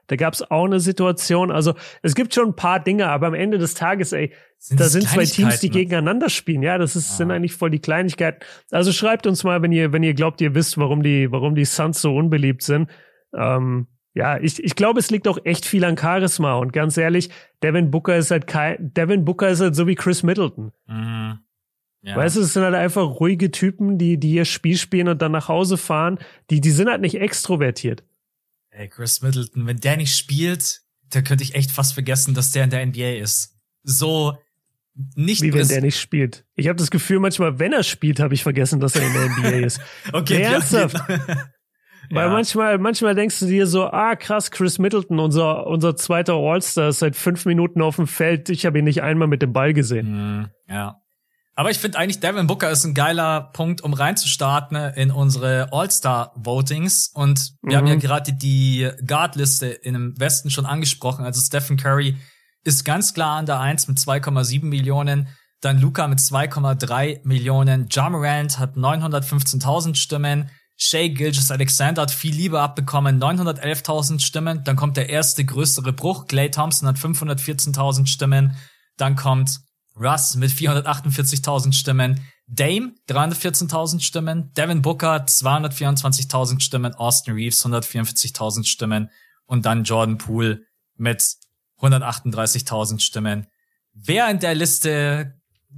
Da gab's auch eine Situation. Also es gibt schon ein paar Dinge, aber am Ende des Tages, ey, sind da sind zwei Teams, die gegeneinander spielen. Ja, das ist, ah. sind eigentlich voll die Kleinigkeiten. Also schreibt uns mal, wenn ihr, wenn ihr glaubt, ihr wisst, warum die, warum die Suns so unbeliebt sind. Ähm, ja, ich, ich glaube, es liegt auch echt viel an Charisma. Und ganz ehrlich, Devin Booker ist halt kein, Devin Booker ist halt so wie Chris Middleton. Mhm. Ja. Weißt du, es sind halt einfach ruhige Typen, die, die ihr Spiel spielen und dann nach Hause fahren. Die, die sind halt nicht extrovertiert. Ey, Chris Middleton, wenn der nicht spielt, da könnte ich echt fast vergessen, dass der in der N B A ist. So nicht. Wie wenn der nicht spielt. Ich habe das Gefühl, manchmal, wenn er spielt, habe ich vergessen, dass er in der N B A ist. Okay, ernsthaft. Ja. Weil manchmal, manchmal denkst du dir so, ah krass, Chris Middleton, unser unser zweiter All-Star, ist seit fünf Minuten auf dem Feld. Ich habe ihn nicht einmal mit dem Ball gesehen. Ja. Aber ich finde eigentlich, Devin Booker ist ein geiler Punkt, um reinzustarten in unsere All-Star-Votings. Und wir mhm. haben ja gerade die Guard-Liste im Westen schon angesprochen. Also Stephen Curry ist ganz klar an der Eins mit zwei Komma sieben Millionen. Dann Luka mit zwei Komma drei Millionen. Ja Morant hat neunhundertfünfzehntausend Stimmen. Shai Gilgeous-Alexander hat viel Liebe abbekommen, neunhundertelftausend Stimmen. Dann kommt der erste größere Bruch. Klay Thompson hat fünfhundertvierzehntausend Stimmen. Dann kommt Russ mit vierhundertachtundvierzigtausend Stimmen, Dame dreihundertvierzehntausend Stimmen, Devin Booker zweihundertvierundzwanzigtausend Stimmen, Austin Reeves hundertvierundvierzigtausend Stimmen und dann Jordan Poole mit hundertachtunddreißigtausend Stimmen. Wer in der Liste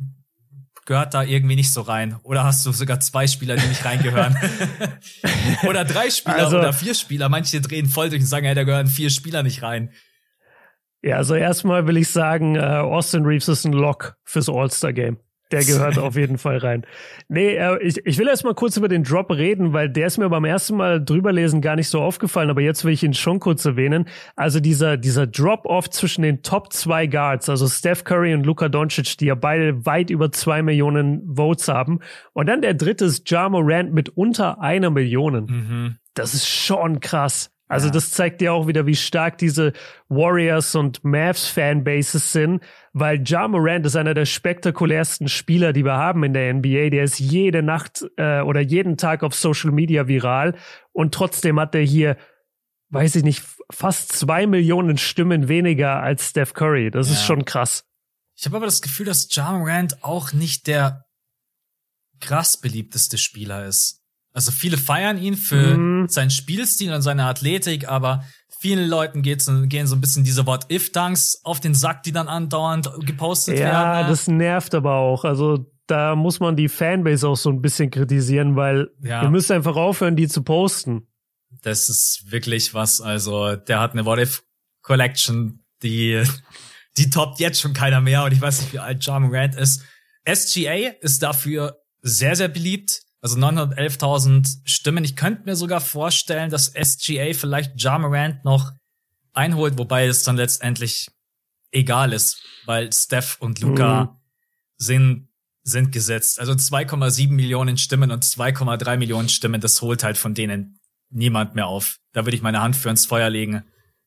gehört da irgendwie nicht so rein? Oder hast du sogar zwei Spieler, die nicht reingehören? Oder drei Spieler also, oder vier Spieler? Manche drehen voll durch und sagen, hey, da gehören vier Spieler nicht rein. Ja, also erstmal will ich sagen, äh, Austin Reeves ist ein Lock fürs All-Star-Game. Der gehört auf jeden Fall rein. Nee, äh, ich, ich will erst mal kurz über den Drop reden, weil der ist mir beim ersten Mal drüberlesen gar nicht so aufgefallen, aber jetzt will ich ihn schon kurz erwähnen. Also dieser dieser Drop-Off zwischen den Top zwei Guards, also Steph Curry und Luka Doncic, die ja beide weit über zwei Millionen Votes haben. Und dann der dritte ist Ja Morant mit unter einer Million. Mhm. Das ist schon krass. Also ja. Das zeigt ja auch wieder, wie stark diese Warriors und Mavs Fanbases sind, weil Ja Morant ist einer der spektakulärsten Spieler, die wir haben in der N B A. Der ist jede Nacht äh, oder jeden Tag auf Social Media viral und trotzdem hat er hier, weiß ich nicht, fast zwei Millionen Stimmen weniger als Steph Curry. Das ja. ist schon krass. Ich habe aber das Gefühl, dass Ja Morant auch nicht der krass beliebteste Spieler ist. Also viele feiern ihn für mhm. seinen Spielstil und seine Athletik, aber vielen Leuten geht's, gehen so ein bisschen diese What-If-Dunks auf den Sack, die dann andauernd gepostet ja, werden. Ja, das nervt aber auch. Also da muss man die Fanbase auch so ein bisschen kritisieren, weil ja. ihr müsst einfach aufhören, die zu posten. Das ist wirklich was, also der hat eine What-If-Collection, die, die toppt jetzt schon keiner mehr und ich weiß nicht, wie alt Ja Morant ist. S G A ist dafür sehr, sehr beliebt. Also neunhundertelftausend Stimmen. Ich könnte mir sogar vorstellen, dass S G A vielleicht Ja Morant noch einholt, wobei es dann letztendlich egal ist, weil Steph und Luka mhm. sind, sind gesetzt. Also zwei Komma sieben Millionen Stimmen und zwei Komma drei Millionen Stimmen, das holt halt von denen niemand mehr auf. Da würde ich meine Hand für ins Feuer legen.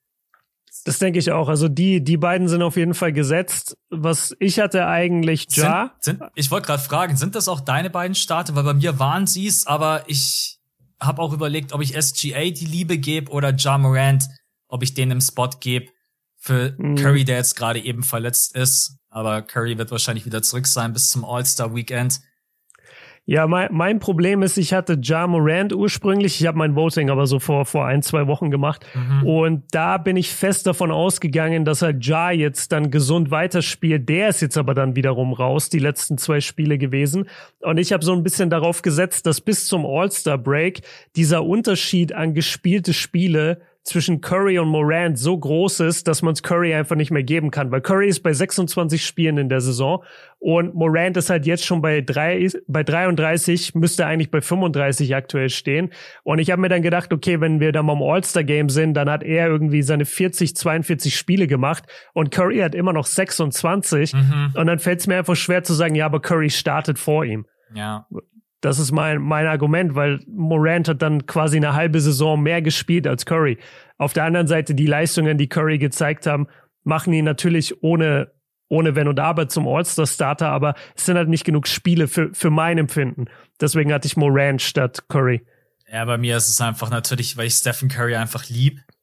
Das denke ich auch. Also die die beiden sind auf jeden Fall gesetzt. Was ich hatte eigentlich Ja. Sind, sind, ich wollte gerade fragen, sind das auch deine beiden Starter? Weil bei mir waren sie's, aber ich habe auch überlegt, ob ich S G A die Liebe gebe oder Ja Morant, ob ich den im Spot gebe für mhm. Curry, der jetzt gerade eben verletzt ist. Aber Curry wird wahrscheinlich wieder zurück sein bis zum All-Star-Weekend. Ja, mein, mein Problem ist, ich hatte Ja Morant ursprünglich, ich habe mein Voting aber so vor vor ein, zwei Wochen gemacht mhm. und da bin ich fest davon ausgegangen, dass er Ja jetzt dann gesund weiterspielt. Der ist jetzt aber dann wiederum raus, die letzten zwei Spiele gewesen und ich habe so ein bisschen darauf gesetzt, dass bis zum All-Star-Break dieser Unterschied an gespielte Spiele zwischen Curry und Morant so groß ist, dass man es Curry einfach nicht mehr geben kann. Weil Curry ist bei sechsundzwanzig Spielen in der Saison und Morant ist halt jetzt schon bei drei, bei dreiunddreißig, müsste eigentlich bei fünfunddreißig aktuell stehen. Und ich habe mir dann gedacht, okay, wenn wir dann mal im All-Star-Game sind, dann hat er irgendwie seine vierzig, zweiundvierzig Spiele gemacht und Curry hat immer noch sechsundzwanzig. Mhm. Und dann fällt es mir einfach schwer zu sagen, ja, aber Curry startet vor ihm. Ja. Das ist mein, mein Argument, weil Morant hat dann quasi eine halbe Saison mehr gespielt als Curry. Auf der anderen Seite, die Leistungen, die Curry gezeigt haben, machen ihn natürlich ohne, ohne Wenn und Aber zum All-Star-Starter, aber es sind halt nicht genug Spiele für, für mein Empfinden. Deswegen hatte ich Morant statt Curry. Ja, bei mir ist es einfach natürlich, weil ich Stephen Curry einfach lieb,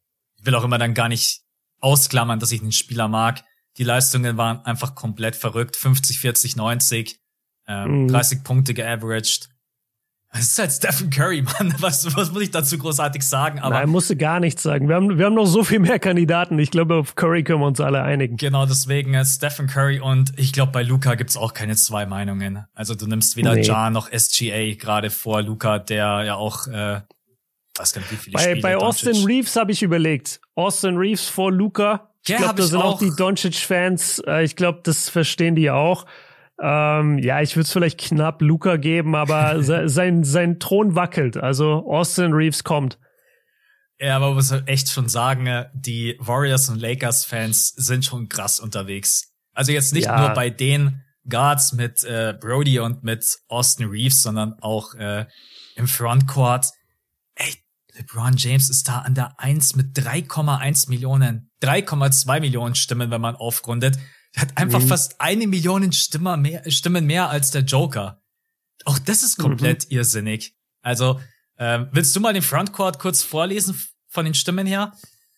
will auch immer dann gar nicht ausklammern, dass ich den Spieler mag. Die Leistungen waren einfach komplett verrückt. fünfzig, vierzig, neunzig, ähm, mhm. dreißig Punkte geaveraged. Das ist halt Stephen Curry, Mann. Was, was muss ich dazu großartig sagen? Aber Nein, musste gar nichts sagen. Wir haben, wir haben noch so viel mehr Kandidaten. Ich glaube, auf Curry können wir uns alle einigen. Genau, deswegen äh, Stephen Curry und ich glaube, bei Luka gibt's auch keine zwei Meinungen. Also du nimmst weder nee. Ja noch S G A gerade vor Luka, der ja auch, äh, weiß gar nicht, wie viele bei, Spiele. Bei Austin Doncic. Reeves habe ich überlegt. Austin Reeves vor Luka. Ich ja, glaube, da sind auch, auch die Doncic-Fans. Äh, ich glaube, das verstehen die auch. Ähm, ja, ich würde es vielleicht knapp Luka geben, aber se, sein, sein Thron wackelt. Also Austin Reeves kommt. Ja, aber man muss echt schon sagen, die Warriors und Lakers-Fans sind schon krass unterwegs. Also jetzt nicht ja. nur bei den Guards mit äh, Brody und mit Austin Reeves, sondern auch äh, im Frontcourt. Ey, LeBron James ist da an der Eins mit drei Komma eins Millionen, drei Komma zwei Millionen Stimmen, wenn man aufrundet. Er hat einfach mhm. fast eine Million Stimme mehr, Stimmen mehr als der Joker. Auch das ist komplett mhm. irrsinnig. Also, ähm, willst du mal den Frontcourt kurz vorlesen von den Stimmen her?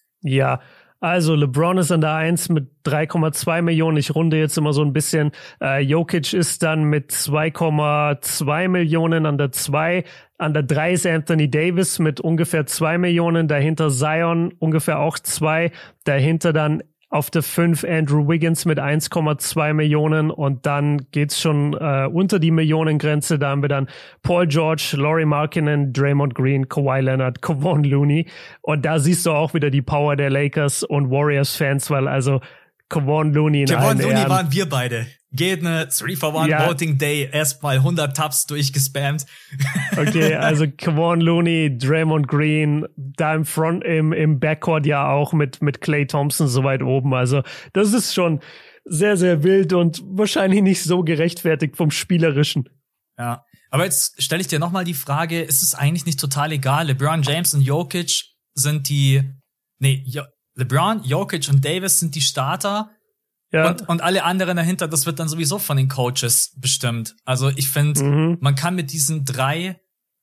Ja, also LeBron ist an der Eins mit drei Komma zwei Millionen. Ich runde jetzt immer so ein bisschen. Äh, Jokic ist dann mit zwei Komma zwei Millionen an der Zwei. An der Drei ist Anthony Davis mit ungefähr zwei Millionen. Dahinter Zion ungefähr auch zwei. Dahinter dann auf der Fünf Andrew Wiggins mit eins Komma zwei Millionen und dann geht's schon äh, unter die Millionengrenze. Da haben wir dann Paul George, Lauri Markkanen, Draymond Green, Kawhi Leonard, Kevon Looney. Und da siehst du auch wieder die Power der Lakers und Warriors-Fans, weil also Kevon Looney in Kevon Looney Ehren, waren wir beide. Geht eine three for one ja. Voting Day, erstmal hundert Tabs durchgespammt. Okay, also Kevon Looney, Draymond Green, da im Front, im, im Backcourt ja auch mit, mit Klay Thompson so weit oben. Also das ist schon sehr, sehr wild und wahrscheinlich nicht so gerechtfertigt vom Spielerischen. Ja, aber jetzt stelle ich dir nochmal die Frage, ist es eigentlich nicht total egal? LeBron James und Jokic sind die, nee, jo- LeBron, Jokic und Davis sind die Starter. Ja. Und, und alle anderen dahinter, das wird dann sowieso von den Coaches bestimmt. Also ich finde, mhm. man kann mit diesen drei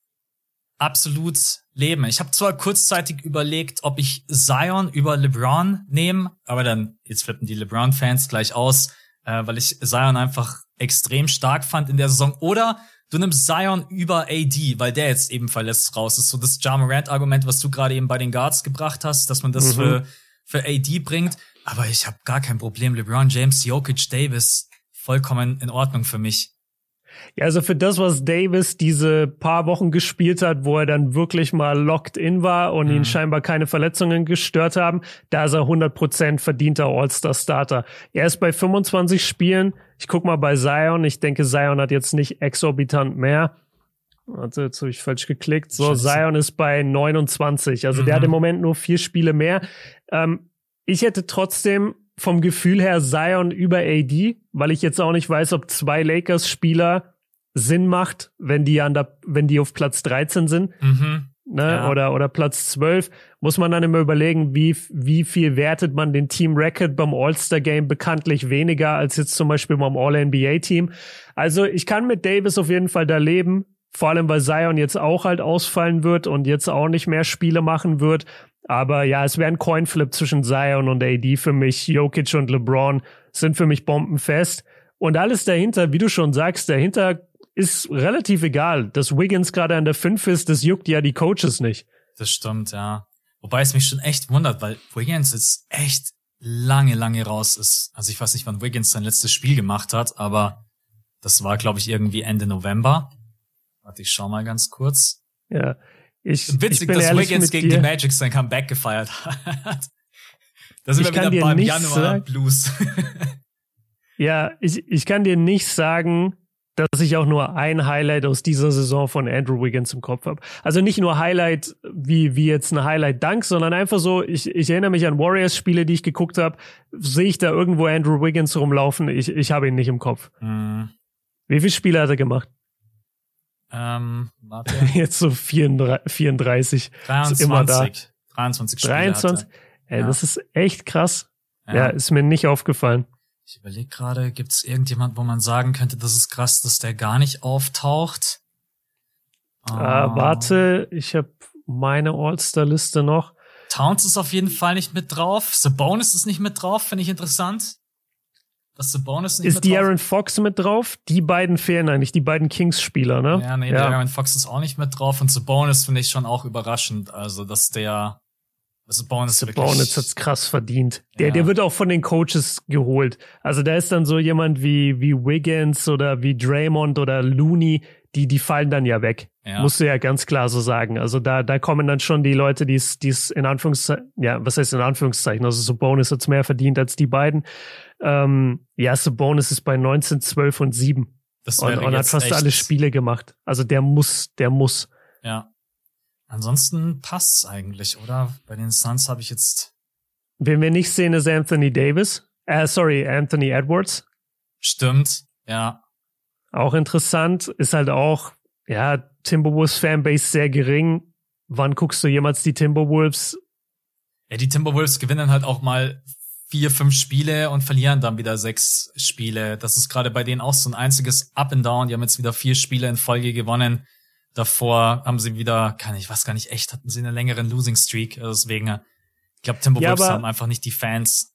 absolut leben. Ich habe zwar kurzzeitig überlegt, ob ich Zion über LeBron nehme, aber dann, jetzt flippen die LeBron-Fans gleich aus, äh, weil ich Zion einfach extrem stark fand in der Saison. Oder du nimmst Zion über A D, weil der jetzt eben verletzt raus ist. So das Ja Morant-Argument, was du gerade eben bei den Guards gebracht hast, dass man das mhm. für, für A D bringt. Aber ich habe gar kein Problem. LeBron James, Jokic, Davis, vollkommen in Ordnung für mich. Ja, also für das, was Davis diese paar Wochen gespielt hat, wo er dann wirklich mal locked in war und mhm. ihn scheinbar keine Verletzungen gestört haben, da ist er hundert Prozent verdienter All-Star-Starter. Er ist bei fünfundzwanzig Spielen. Ich guck mal bei Zion. Ich denke, Zion hat jetzt nicht exorbitant mehr. Warte, jetzt habe ich falsch geklickt. So, Scheiße. Zion ist bei neunundzwanzig. Also mhm. der hat im Moment nur vier Spiele mehr. Ähm, Ich hätte trotzdem vom Gefühl her Zion über A D, weil ich jetzt auch nicht weiß, ob zwei Lakers-Spieler Sinn macht, wenn die an der, wenn die auf Platz dreizehn sind, mhm. ne, ja. oder, oder Platz zwölf, muss man dann immer überlegen, wie, wie viel wertet man den Team-Record beim All-Star-Game bekanntlich weniger als jetzt zum Beispiel beim All-N B A-Team. Also ich kann mit Davis auf jeden Fall da leben, vor allem weil Zion jetzt auch halt ausfallen wird und jetzt auch nicht mehr Spiele machen wird. Aber ja, es wäre ein Coinflip zwischen Zion und A D für mich. Jokic und LeBron sind für mich bombenfest. Und alles dahinter, wie du schon sagst, dahinter ist relativ egal. Dass Wiggins gerade an der fünf ist, das juckt ja die Coaches nicht. Das stimmt, ja. Wobei es mich schon echt wundert, weil Wiggins jetzt echt lange, lange raus ist. Also ich weiß nicht, wann Wiggins sein letztes Spiel gemacht hat, aber das war, glaube ich, irgendwie Ende November. Warte, ich schau mal ganz kurz. Ja. Ich, Witzig, ich dass Wiggins gegen dir. die Magic sein Comeback gefeiert hat. Da sind ich wir wieder beim Januar sagen, Blues. Ja, ich, ich kann dir nicht sagen, dass ich auch nur ein Highlight aus dieser Saison von Andrew Wiggins im Kopf habe. Also nicht nur Highlight wie wie jetzt ein Highlight-Dank, sondern einfach so, ich, ich erinnere mich an Warriors-Spiele, die ich geguckt habe, sehe ich da irgendwo Andrew Wiggins rumlaufen, ich, ich habe ihn nicht im Kopf. Mm. Wie viele Spiele hat er gemacht? Ähm, warte. Jetzt so vierunddreißig. dreiundzwanzig. Ist immer da. dreiundzwanzig Spiele dreiundzwanzig. Ey, ja. Das ist echt krass. Ja. ja, ist mir nicht aufgefallen. Ich überlege gerade, gibt es irgendjemand, wo man sagen könnte, das ist krass, dass der gar nicht auftaucht? Oh. Ah, warte, ich habe meine All-Star-Liste noch. Towns ist auf jeden Fall nicht mit drauf. Sabonis ist nicht mit drauf, finde ich interessant. Dass Sabonis nicht ist mit die drauf. Aaron Fox mit drauf? Die beiden fehlen eigentlich, die beiden Kings-Spieler, ne? Ja, nee, ja. der Aaron Fox ist auch nicht mit drauf. Und Sabonis finde ich schon auch überraschend. Also, dass der Sabonis Sabonis hat's krass verdient. Der, ja. der wird auch von den Coaches geholt. Also da ist dann so jemand wie, wie Wiggins oder wie Draymond oder Looney, die, die fallen dann ja weg. Ja. Musst du ja ganz klar so sagen. Also da, da kommen dann schon die Leute, die es, die es in Anführungszeichen, ja, was heißt in Anführungszeichen? Also Sabonis hat's mehr verdient als die beiden. Ähm, ja, Sabonis ist bei neunzehn, zwölf und sieben. Das und, und hat fast alle Spiele gemacht. Also der muss, der muss. Ja. Ansonsten passt's eigentlich, oder? Bei den Suns habe ich jetzt... Wen wir nicht sehen, ist Anthony Davis. Äh, sorry, Anthony Edwards. Stimmt, ja. Auch interessant. Ist halt auch, ja, Timberwolves-Fanbase sehr gering. Wann guckst du jemals die Timberwolves? Ja, die Timberwolves gewinnen halt auch mal vier, fünf Spiele und verlieren dann wieder sechs Spiele. Das ist gerade bei denen auch so ein einziges Up and Down. Die haben jetzt wieder vier Spiele in Folge gewonnen. Davor haben sie wieder, kann ich weiß gar nicht, echt, hatten sie einen längeren Losing Streak. Deswegen, ich glaube, Timberwolves ja, haben einfach nicht die Fans.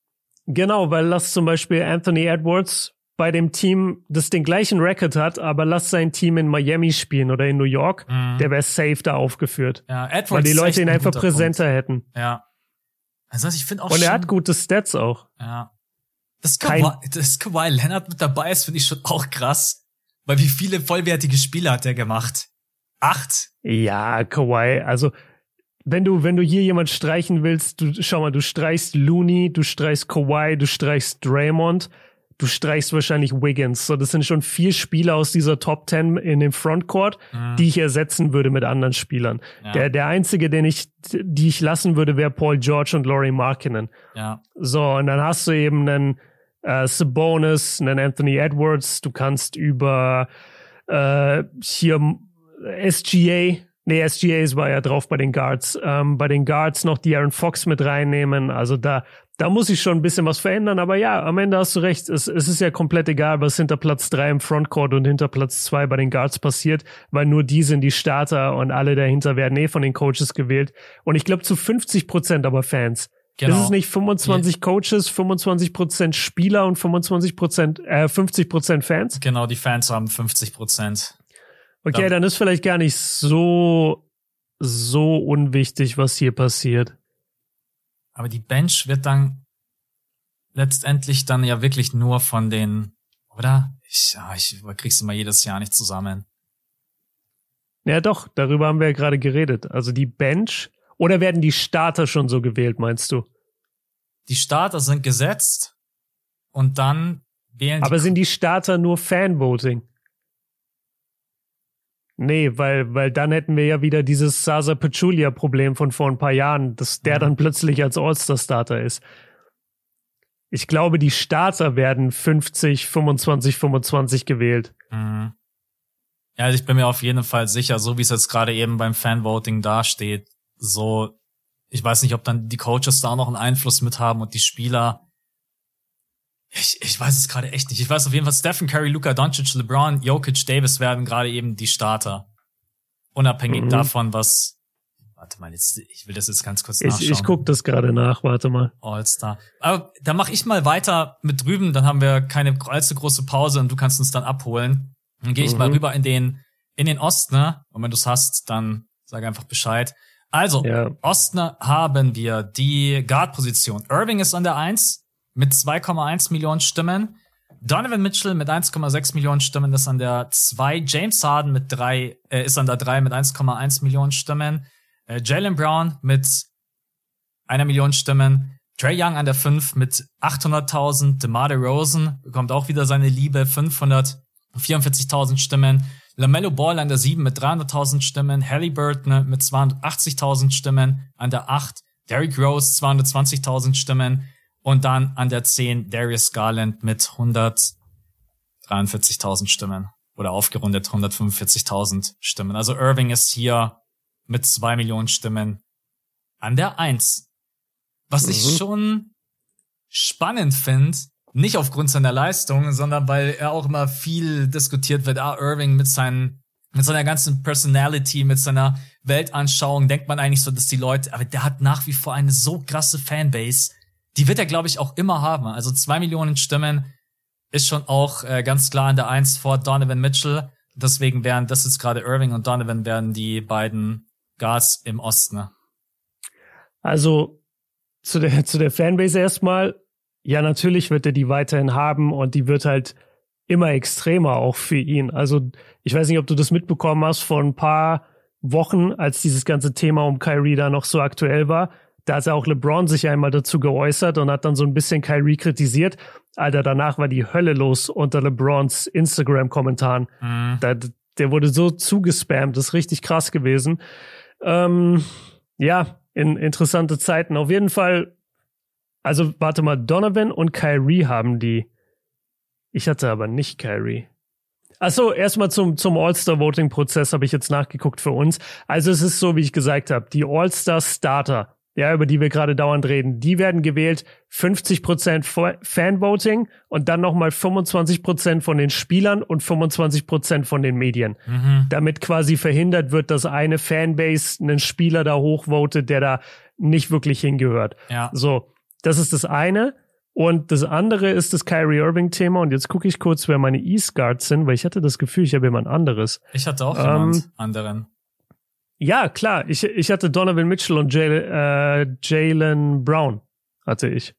Genau, weil lass zum Beispiel Anthony Edwards bei dem Team, das den gleichen Record hat, aber lass sein Team in Miami spielen oder in New York, mhm. der wäre safe da aufgeführt. Ja, Edwards weil die Leute ihn ein einfach präsenter Punkt. hätten. Ja. Also ich finde auch Und er schon, hat gute Stats auch. Ja. Dass Kawhi, dass Kawhi Leonard mit dabei ist, finde ich schon auch krass. Weil wie viele vollwertige Spiele hat er gemacht? Acht? Ja, Kawhi, also wenn du, wenn du hier jemand streichen willst, du, schau mal, du streichst Looney, du streichst Kawhi, du streichst Draymond, du streichst wahrscheinlich Wiggins. So, das sind schon vier Spieler aus dieser Top Ten in dem Frontcourt, mhm. die ich ersetzen würde mit anderen Spielern. Ja. Der, der einzige, den ich, die ich lassen würde, wäre Paul George und Lauri Markkanen. Ja. So, und dann hast du eben einen äh, Sabonis, einen Anthony Edwards, du kannst über äh, hier S G A, nee, S G A war ja drauf bei den Guards, ähm, bei den Guards noch die Aaron Fox mit reinnehmen, also da, da muss ich schon ein bisschen was verändern, aber ja, am Ende hast du recht, es, es ist ja komplett egal, was hinter Platz drei im Frontcourt und hinter Platz zwei bei den Guards passiert, weil nur die sind die Starter und alle dahinter werden eh von den Coaches gewählt und ich glaube zu fünfzig Prozent aber Fans. Genau. Das ist nicht fünfundzwanzig yeah. Coaches, fünfundzwanzig Prozent Spieler und fünfundzwanzig Prozent, äh, fünfzig Prozent Fans? Genau, die Fans haben fünfzig Prozent. Okay, dann ist vielleicht gar nicht so, so unwichtig, was hier passiert. Aber die Bench wird dann letztendlich dann ja wirklich nur von den, oder? Ich, ja, ich krieg's immer jedes Jahr nicht zusammen. Ja doch, darüber haben wir ja gerade geredet. Also die Bench, oder werden die Starter schon so gewählt, meinst du? Die Starter sind gesetzt und dann wählen die... Aber sind die Starter nur Fanvoting? Nee, weil, weil dann hätten wir ja wieder dieses Zaza Pachulia-Problem von vor ein paar Jahren, dass der mhm. dann plötzlich als All-Star-Starter ist. Ich glaube, die Starter werden fünfzig, fünfundzwanzig, fünfundzwanzig gewählt. Mhm. Ja, also ich bin mir auf jeden Fall sicher, so wie es jetzt gerade eben beim Fanvoting dasteht, so, ich weiß nicht, ob dann die Coaches da auch noch einen Einfluss mit haben und die Spieler. Ich, ich weiß es gerade echt nicht. Ich weiß auf jeden Fall, Stephen Curry, Luka Doncic, LeBron, Jokic, Davis werden gerade eben die Starter. Unabhängig mhm. davon, was, warte mal, jetzt, ich will das jetzt ganz kurz nachschauen. Ich, ich guck das gerade nach, warte mal. All-Star. Aber da mache ich mal weiter mit drüben, dann haben wir keine allzu große Pause und du kannst uns dann abholen. Dann gehe ich mhm. mal rüber in den, in den Osten, ne? Und wenn du es hast, dann sag einfach Bescheid. Also, ja. Osten haben wir die Guard-Position. Irving ist an der eins. Mit zwei Komma eins Millionen Stimmen. Donovan Mitchell mit eins Komma sechs Millionen Stimmen ist an der zwei. James Harden mit drei, äh, ist an der drei mit eins Komma eins Millionen Stimmen. Äh, Jaylen Brown mit einer Million Stimmen. Trae Young an der fünf mit achthunderttausend. DeMar DeRozan bekommt auch wieder seine Liebe, fünfhundertvierundvierzigtausend Stimmen. LaMelo Ball an der sieben mit dreihunderttausend Stimmen. Halliburton mit zweihundertachtzigtausend Stimmen an der acht. Derrick Rose zweihundertzwanzigtausend Stimmen. Und dann an der zehn Darius Garland mit hundertdreiundvierzigtausend Stimmen. Oder aufgerundet hundertfünfundvierzigtausend Stimmen. Also Irving ist hier mit zwei Millionen Stimmen an der eins. Was mhm. ich schon spannend finde, nicht aufgrund seiner Leistung, sondern weil er auch immer viel diskutiert wird, ah, Irving mit seinen mit seiner ganzen Personality, mit seiner Weltanschauung denkt man eigentlich so, dass die Leute, aber der hat nach wie vor eine so krasse Fanbase. Die wird er, glaube ich, auch immer haben. Also zwei Millionen Stimmen ist schon auch äh, ganz klar in der Eins vor Donovan Mitchell. Deswegen wären das jetzt gerade Irving und Donovan werden die beiden Guards im Osten. Also zu der, zu der Fanbase erstmal. Ja, natürlich wird er die weiterhin haben und die wird halt immer extremer auch für ihn. Also ich weiß nicht, ob du das mitbekommen hast vor ein paar Wochen, als dieses ganze Thema um Kyrie da noch so aktuell war. Da hat ja auch LeBron sich einmal dazu geäußert und hat dann so ein bisschen Kyrie kritisiert. Alter, danach war die Hölle los unter LeBrons Instagram-Kommentaren. Mhm. Da, der wurde so zugespammt, das ist richtig krass gewesen. Ähm, ja, in interessante Zeiten. Auf jeden Fall, also warte mal, Donovan und Kyrie haben die. Ich hatte aber nicht Kyrie. Achso, erstmal zum, zum All-Star-Voting-Prozess habe ich jetzt nachgeguckt für uns. Also es ist so, wie ich gesagt habe, die All-Star-Starter, ja, über die wir gerade dauernd reden, die werden gewählt, fünfzig Prozent Fan-Voting und dann nochmal fünfundzwanzig Prozent von den Spielern und fünfundzwanzig Prozent von den Medien. Mhm. Damit quasi verhindert wird, dass eine Fanbase einen Spieler da hochvotet, der da nicht wirklich hingehört. Ja. So, das ist das eine. Und das andere ist das Kyrie Irving-Thema. Und jetzt gucke ich kurz, wer meine East Guards sind, weil ich hatte das Gefühl, ich habe jemand anderes. Ich hatte auch ähm, jemand anderen. Ja, klar. Ich, ich hatte Donovan Mitchell und Jalen äh, Jalen Brown hatte ich.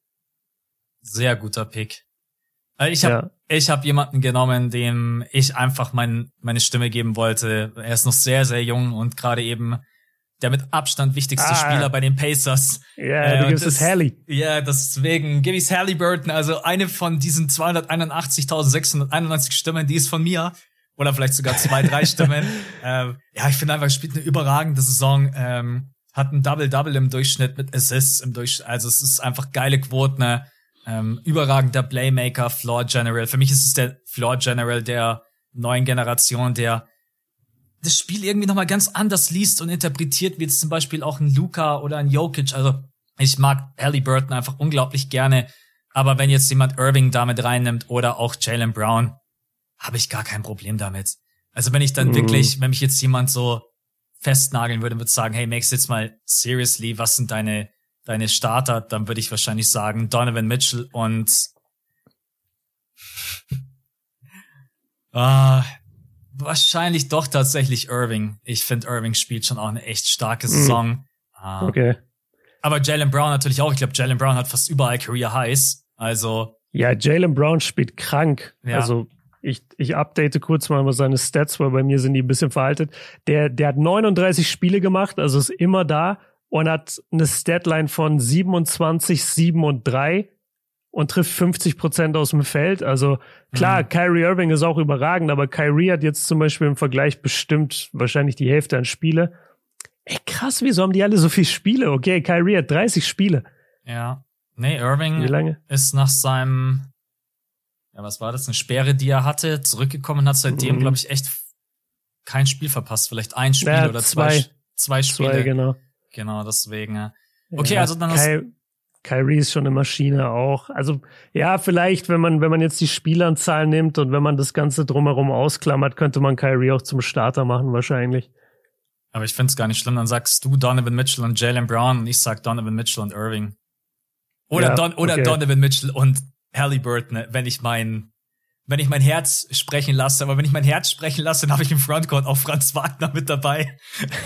Sehr guter Pick. Ich habe ja. ich hab jemanden genommen, dem ich einfach mein, meine Stimme geben wollte. Er ist noch sehr, sehr jung und gerade eben der mit Abstand wichtigste ah, Spieler bei den Pacers. Ja, yeah, äh, du gibst es Hallie. Ja, deswegen gebe ich's Halliburton. Also eine von diesen zweihunderteinundachtzigtausendsechshunderteinundneunzig Stimmen, die ist von mir. Oder vielleicht sogar zwei, drei Stimmen. Ähm, ja, ich finde einfach, er spielt eine überragende Saison. Ähm, hat ein Double-Double im Durchschnitt mit Assists im Durchschnitt. Also es ist einfach geile Quoten. Ne? Ähm, überragender Playmaker, Floor General. Für mich ist es der Floor General der neuen Generation, der das Spiel irgendwie nochmal ganz anders liest und interpretiert, wie jetzt zum Beispiel auch ein Luka oder ein Jokic. Also ich mag Halliburton einfach unglaublich gerne. Aber wenn jetzt jemand Irving damit reinnimmt oder auch Jalen Brown, habe ich gar kein Problem damit. Also wenn ich dann mhm. wirklich, wenn mich jetzt jemand so festnageln würde und würde sagen, hey, Max, jetzt mal seriously, was sind deine deine Starter? Dann würde ich wahrscheinlich sagen Donovan Mitchell und ah, wahrscheinlich doch tatsächlich Irving. Ich finde, Irving spielt schon auch eine echt starke Saison. Mhm. Ah. Okay. Aber Jalen Brown natürlich auch. Ich glaube, Jalen Brown hat fast überall Career Highs. Also ja, Jalen Brown spielt krank. Ja. Also ich ich update kurz mal seine Stats, weil bei mir sind die ein bisschen veraltet. Der der hat neununddreißig Spiele gemacht, also ist immer da und hat eine Statline von siebenundzwanzig, sieben und drei. Und trifft fünfzig Prozent aus dem Feld. Also klar, mhm. Kyrie Irving ist auch überragend, aber Kyrie hat jetzt zum Beispiel im Vergleich bestimmt wahrscheinlich die Hälfte an Spiele. Ey, krass, wieso haben die alle so viele Spiele? Okay, Kyrie hat dreißig Spiele. Ja. Nee, Irving Wie lange? ist nach seinem, ja, was war das, eine Sperre, die er hatte, zurückgekommen und hat seitdem, mhm. glaube ich, echt kein Spiel verpasst. Vielleicht ein Spiel ja, oder zwei, zwei, zwei Spiele. Zwei, genau. Genau, deswegen. Okay, ja, also dann hast Ky- Kyrie ist schon eine Maschine auch. Also ja, vielleicht, wenn man wenn man jetzt die Spielanzahl nimmt und wenn man das Ganze drumherum ausklammert, könnte man Kyrie auch zum Starter machen wahrscheinlich. Aber ich find's gar nicht schlimm. Dann sagst du Donovan Mitchell und Jalen Brown und ich sag Donovan Mitchell und Irving. Oder ja, Don oder okay. Donovan Mitchell und Halliburton, wenn ich mein wenn ich mein Herz sprechen lasse. Aber wenn ich mein Herz sprechen lasse, dann habe ich im Frontcourt auch Franz Wagner mit dabei.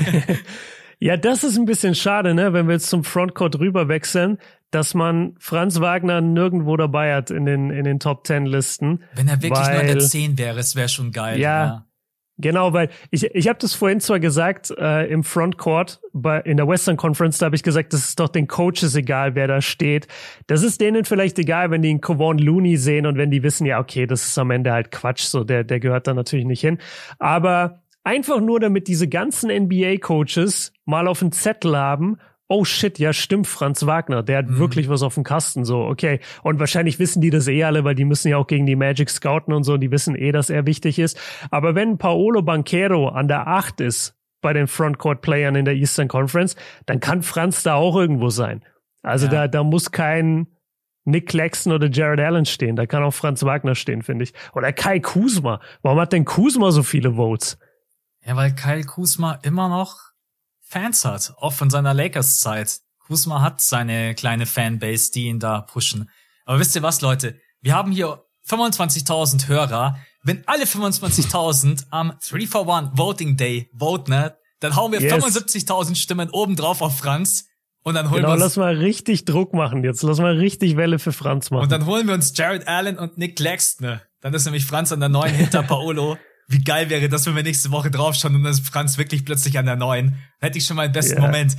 Ja, das ist ein bisschen schade, ne, wenn wir jetzt zum Frontcourt rüber wechseln, dass man Franz Wagner nirgendwo dabei hat in den in den Top Ten Listen. Wenn er wirklich weil, nur an der zehn wäre, es wäre schon geil. Ja, ja. Genau, weil ich ich habe das vorhin zwar gesagt äh, im Frontcourt bei in der Western Conference, da habe ich gesagt, das ist doch den Coaches egal, wer da steht. Das ist denen vielleicht egal, wenn die einen Kevon Looney sehen und wenn die wissen, ja okay, das ist am Ende halt Quatsch, so der der gehört da natürlich nicht hin. Aber einfach nur, damit diese ganzen N B A-Coaches mal auf den Zettel haben, oh shit, ja stimmt, Franz Wagner, der hat mhm. wirklich was auf dem Kasten, so, okay. Und wahrscheinlich wissen die das eh alle, weil die müssen ja auch gegen die Magic scouten und so, die wissen eh, dass er wichtig ist. Aber wenn Paolo Banchero an der acht ist bei den Frontcourt-Playern in der Eastern Conference, dann kann Franz da auch irgendwo sein. Also ja. da, da muss kein Nick Claxton oder Jared Allen stehen, da kann auch Franz Wagner stehen, finde ich. Oder Kai Kuzma. Warum hat denn Kuzma so viele Votes? Ja, weil Kyle Kuzma immer noch Fans hat, auch von seiner Lakers-Zeit. Kuzma hat seine kleine Fanbase, die ihn da pushen. Aber wisst ihr was, Leute? Wir haben hier fünfundzwanzigtausend Hörer. Wenn alle fünfundzwanzigtausend am three for one Voting Day voten, ne, dann hauen wir yes. fünfundsiebzigtausend Stimmen obendrauf auf Franz. Und dann holen genau, wir uns, lass mal richtig Druck machen jetzt. Lass mal richtig Welle für Franz machen. Und dann holen wir uns Jared Allen und Nick Claxton. Ne? Dann ist nämlich Franz an der neun hinter Paolo. Wie geil wäre das, wenn wir nächste Woche draufschauen und dann ist Franz wirklich plötzlich an der neun. Hätte ich schon meinen besten yeah. Moment.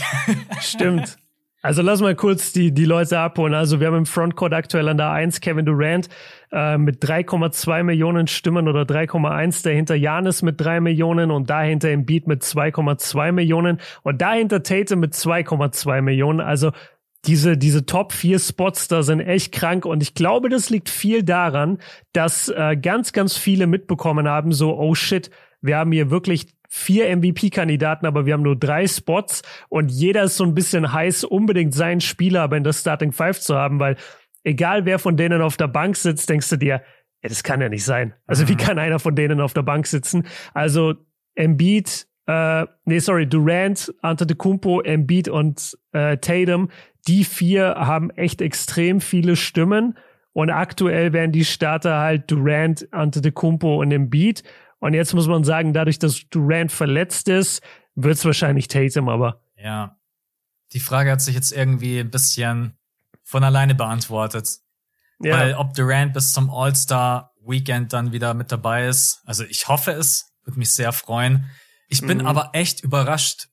Stimmt. Also lass mal kurz die die Leute abholen. Also wir haben im Frontcourt aktuell an der eins Kevin Durant äh, mit drei Komma zwei Millionen Stimmen oder drei Komma eins, dahinter Giannis mit drei Millionen und dahinter Embiid mit zwei Komma zwei Millionen und dahinter Tatum mit zwei Komma zwei Millionen. Also diese diese Top vier Spots da sind echt krank und ich glaube, das liegt viel daran, dass äh, ganz, ganz viele mitbekommen haben, so, oh shit, wir haben hier wirklich vier M V P-Kandidaten, aber wir haben nur drei Spots und jeder ist so ein bisschen heiß, unbedingt seinen Spieler aber in der Starting Five zu haben, weil egal wer von denen auf der Bank sitzt, denkst du dir, ja, das kann ja nicht sein. Also wie kann einer von denen auf der Bank sitzen? Also Embiid, äh, nee, sorry, Durant, Antetokounmpo, Embiid und äh, Tatum, die vier haben echt extrem viele Stimmen und aktuell wären die Starter halt Durant, Antetokounmpo und Embiid. Und jetzt muss man sagen, dadurch, dass Durant verletzt ist, wird es wahrscheinlich Tatum, aber. Ja. Die Frage hat sich jetzt irgendwie ein bisschen von alleine beantwortet. Ja. Weil ob Durant bis zum All-Star-Weekend dann wieder mit dabei ist, also ich hoffe es, würde mich sehr freuen. Ich bin mhm. aber echt überrascht,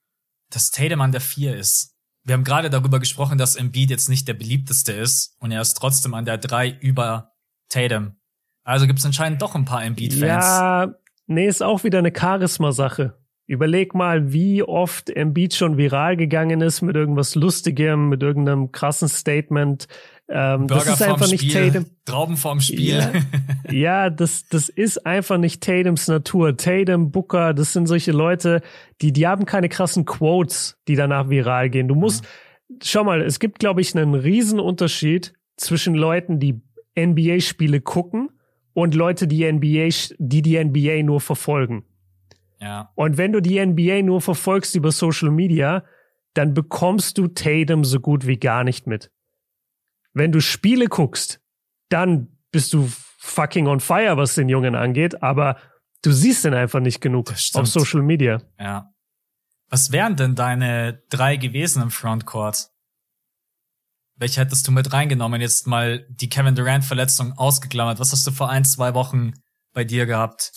dass Tatum an der vier ist. Wir haben gerade darüber gesprochen, dass Embiid jetzt nicht der beliebteste ist und er ist trotzdem an der drei über Tatum. Also gibt's anscheinend doch ein paar Embiid-Fans. Ja, nee, ist auch wieder eine Charisma-Sache. Überleg mal, wie oft Embiid schon viral gegangen ist mit irgendwas Lustigem, mit irgendeinem krassen Statement. Ähm, Burger das ist einfach vorm nicht Spiel, Tatum. Trauben vorm Spiel. Ja, ja, das, das ist einfach nicht Tatums Natur. Tatum, Booker, das sind solche Leute, die, die haben keine krassen Quotes, die danach viral gehen. Du musst, mhm. schau mal, es gibt, glaube ich, einen riesen Unterschied zwischen Leuten, die N B A-Spiele gucken und Leute, die N B A, die die N B A nur verfolgen. Ja. Und wenn du die N B A nur verfolgst über Social Media, dann bekommst du Tatum so gut wie gar nicht mit. Wenn du Spiele guckst, dann bist du fucking on fire, was den Jungen angeht, aber du siehst ihn einfach nicht genug auf Social Media. Ja. Was wären denn deine drei gewesen im Frontcourt? Welche hättest du mit reingenommen? Jetzt mal die Kevin Durant-Verletzung ausgeklammert. Was hast du vor ein, zwei Wochen bei dir gehabt?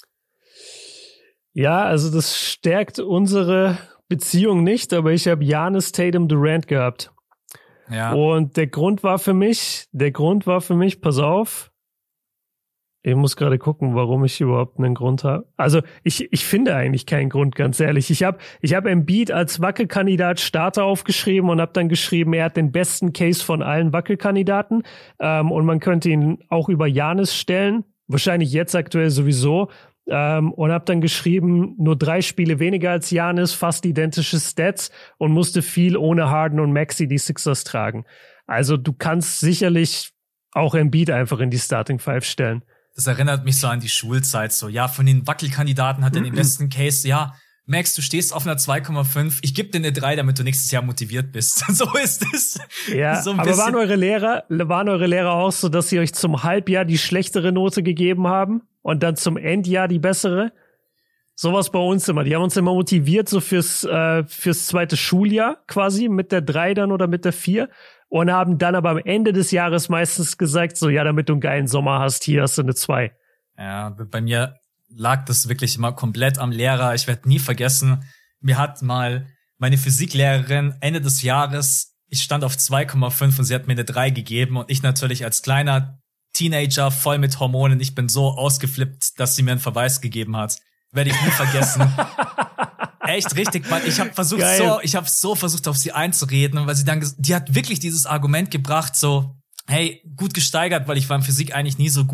Ja, also das stärkt unsere Beziehung nicht, aber ich habe Giannis, Tatum, Durant gehabt. Ja. Und der Grund war für mich, der Grund war für mich, pass auf, ich muss gerade gucken, warum ich überhaupt einen Grund habe. Also ich ich finde eigentlich keinen Grund, ganz ehrlich. Ich habe ich hab Embiid als Wackelkandidat Starter aufgeschrieben und habe dann geschrieben, er hat den besten Case von allen Wackelkandidaten. Ähm, und man könnte ihn auch über Giannis stellen. Wahrscheinlich jetzt aktuell sowieso. Ähm, und habe dann geschrieben, nur drei Spiele weniger als Giannis, fast identische Stats und musste viel ohne Harden und Maxey die Sixers tragen. Also du kannst sicherlich auch Embiid einfach in die Starting Five stellen. Das erinnert mich so an die Schulzeit, so, ja, von den Wackelkandidaten hat er den besten Case, ja, Max, du stehst auf einer zwei Komma fünf, ich gebe dir eine drei, damit du nächstes Jahr motiviert bist. So ist es. Ja, so ein aber waren eure Lehrer, waren eure Lehrer auch so, dass sie euch zum Halbjahr die schlechtere Note gegeben haben und dann zum Endjahr die bessere? Sowas bei uns immer. Die haben uns immer motiviert, so fürs, äh, fürs zweite Schuljahr quasi, mit der drei dann oder mit der vier. Und haben dann aber am Ende des Jahres meistens gesagt, so, ja, damit du einen geilen Sommer hast, hier hast du eine zwei. Ja, bei mir lag das wirklich immer komplett am Lehrer. Ich werde nie vergessen, mir hat mal meine Physiklehrerin Ende des Jahres, ich stand auf zwei Komma fünf und sie hat mir eine drei gegeben und ich natürlich als kleiner Teenager voll mit Hormonen, ich bin so ausgeflippt, dass sie mir einen Verweis gegeben hat. Werde ich nie vergessen. Echt richtig, Mann. Ich habe versucht Geil. so, ich habe so versucht auf sie einzureden, weil sie dann, die hat wirklich dieses Argument gebracht, so, hey, gut gesteigert, weil ich war in Physik eigentlich nie so gut,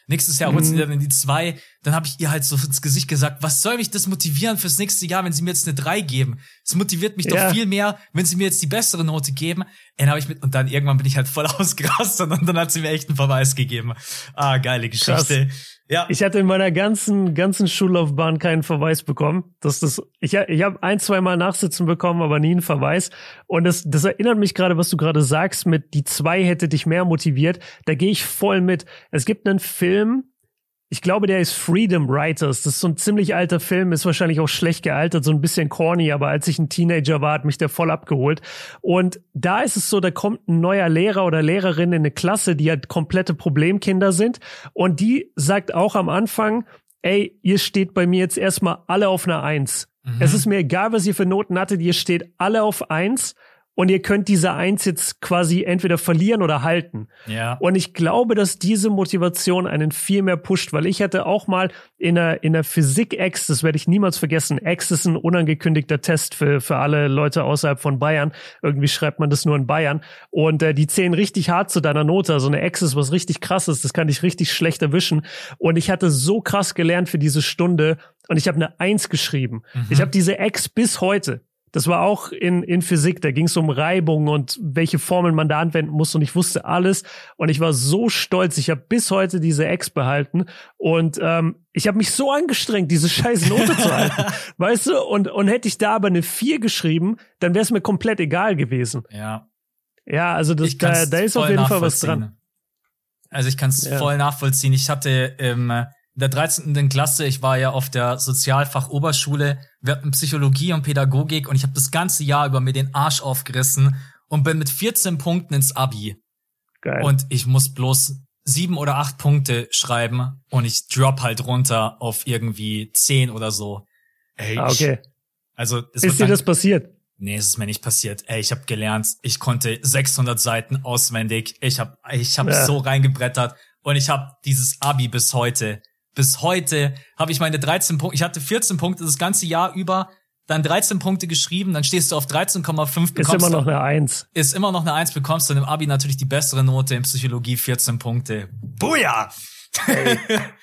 Nächstes Jahr holt sie dann in die zwei. Dann habe ich ihr halt so ins Gesicht gesagt, was soll mich das motivieren fürs nächste Jahr, wenn sie mir jetzt eine drei geben? Es motiviert mich Ja. doch viel mehr, wenn sie mir jetzt die bessere Note geben. Dann hab ich mit, und dann irgendwann bin ich halt voll ausgerastet und dann hat sie mir echt einen Verweis gegeben. Ah, geile Geschichte. Krass. Ja. Ich hatte in meiner ganzen ganzen Schullaufbahn keinen Verweis bekommen. Das das ich ich habe ein, zwei Mal Nachsitzen bekommen, aber nie einen Verweis. Und das das erinnert mich gerade, was du gerade sagst mit die zwei hätte dich mehr motiviert. Da gehe ich voll mit. Es gibt einen Film, ich glaube, der ist Freedom Writers. Das ist so ein ziemlich alter Film, ist wahrscheinlich auch schlecht gealtert, so ein bisschen corny, aber als ich ein Teenager war, hat mich der voll abgeholt. Und da ist es so, da kommt ein neuer Lehrer oder Lehrerin in eine Klasse, die halt komplette Problemkinder sind. Und die sagt auch am Anfang, ey, ihr steht bei mir jetzt erstmal alle auf einer Eins. Mhm. Es ist mir egal, was ihr für Noten hattet, ihr steht alle auf Eins. Und ihr könnt diese Eins jetzt quasi entweder verlieren oder halten. Ja. Und ich glaube, dass diese Motivation einen viel mehr pusht, weil ich hatte auch mal in der, in der Physik-Ex, das werde ich niemals vergessen, Ex ist ein unangekündigter Test für, für alle Leute außerhalb von Bayern. Irgendwie schreibt man das nur in Bayern. Und äh, die zählen richtig hart zu deiner Note. Also eine Ex ist was richtig krasses, das kann dich richtig schlecht erwischen. Und ich hatte so krass gelernt für diese Stunde und ich habe eine Eins geschrieben. Mhm. Ich habe diese Ex bis heute. Das war auch in, in Physik, da ging es um Reibung und welche Formeln man da anwenden muss und ich wusste alles und ich war so stolz. Ich habe bis heute diese Ex behalten und ähm, ich habe mich so angestrengt, diese scheiß Note zu halten, weißt du? Und, und hätte ich da aber eine vier geschrieben, dann wäre es mir komplett egal gewesen. Ja. Ja, also das, da, da ist auf jeden Fall was dran. Also ich kann es ja. voll nachvollziehen. Ich hatte im In der dreizehnten Klasse, ich war ja auf der Sozialfach-Oberschule, wir hatten Psychologie und Pädagogik und ich habe das ganze Jahr über mir den Arsch aufgerissen und bin mit vierzehn Punkten ins Abi. Geil. Und ich muss bloß sieben oder acht Punkte schreiben und ich drop halt runter auf irgendwie zehn oder so. Ey, ah, okay. Ich, also es ist dir das passiert? Nee, es ist mir nicht passiert. Ey, ich habe gelernt, ich konnte sechshundert Seiten auswendig. Ich habe ich hab ja. so reingebrettert und ich habe dieses Abi bis heute. Bis heute habe ich meine dreizehn Punkte, ich hatte vierzehn Punkte das ganze Jahr über, dann dreizehn Punkte geschrieben, dann stehst du auf dreizehn Komma fünf. Ist immer noch eine Eins. Ist immer noch eine Eins, bekommst du im Abi natürlich die bessere Note, in Psychologie vierzehn Punkte. Buja! Hey.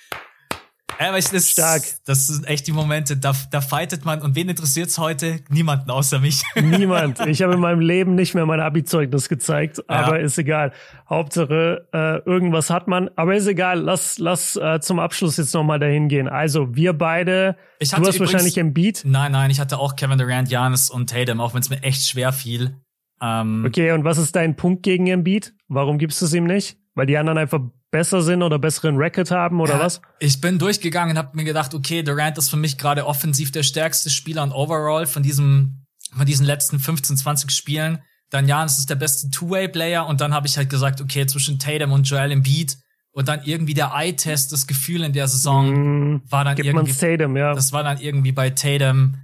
Aber ich, das, Stark. Das sind echt die Momente, da, da fightet man. Und wen interessiert's heute? Niemanden außer mich. Niemand. Ich habe in meinem Leben nicht mehr mein Abi-Zeugnis gezeigt, aber ja. ist egal. Hauptsache, äh, irgendwas hat man. Aber ist egal. Lass, lass äh, zum Abschluss jetzt nochmal dahin gehen. Also, wir beide, ich du hatte hast übrigens, wahrscheinlich Embiid. Nein, nein, ich hatte auch Kevin Durant, Giannis und Tatum, auch wenn es mir echt schwer fiel. Ähm, okay, und was ist dein Punkt gegen Embiid? Warum gibst du es ihm nicht? Weil die anderen einfach besser sind oder besseren Record haben oder ja, was? Ich bin durchgegangen und habe mir gedacht, okay, Durant ist für mich gerade offensiv der stärkste Spieler und overall von diesem von diesen letzten fünfzehn, zwanzig Spielen. Dann Giannis ist der beste Two-Way-Player und dann habe ich halt gesagt, okay, zwischen Tatum und Joel Embiid und dann irgendwie der Eye-Test, das Gefühl in der Saison mm, war dann gibt irgendwie Tatum, ja. Das war dann irgendwie bei Tatum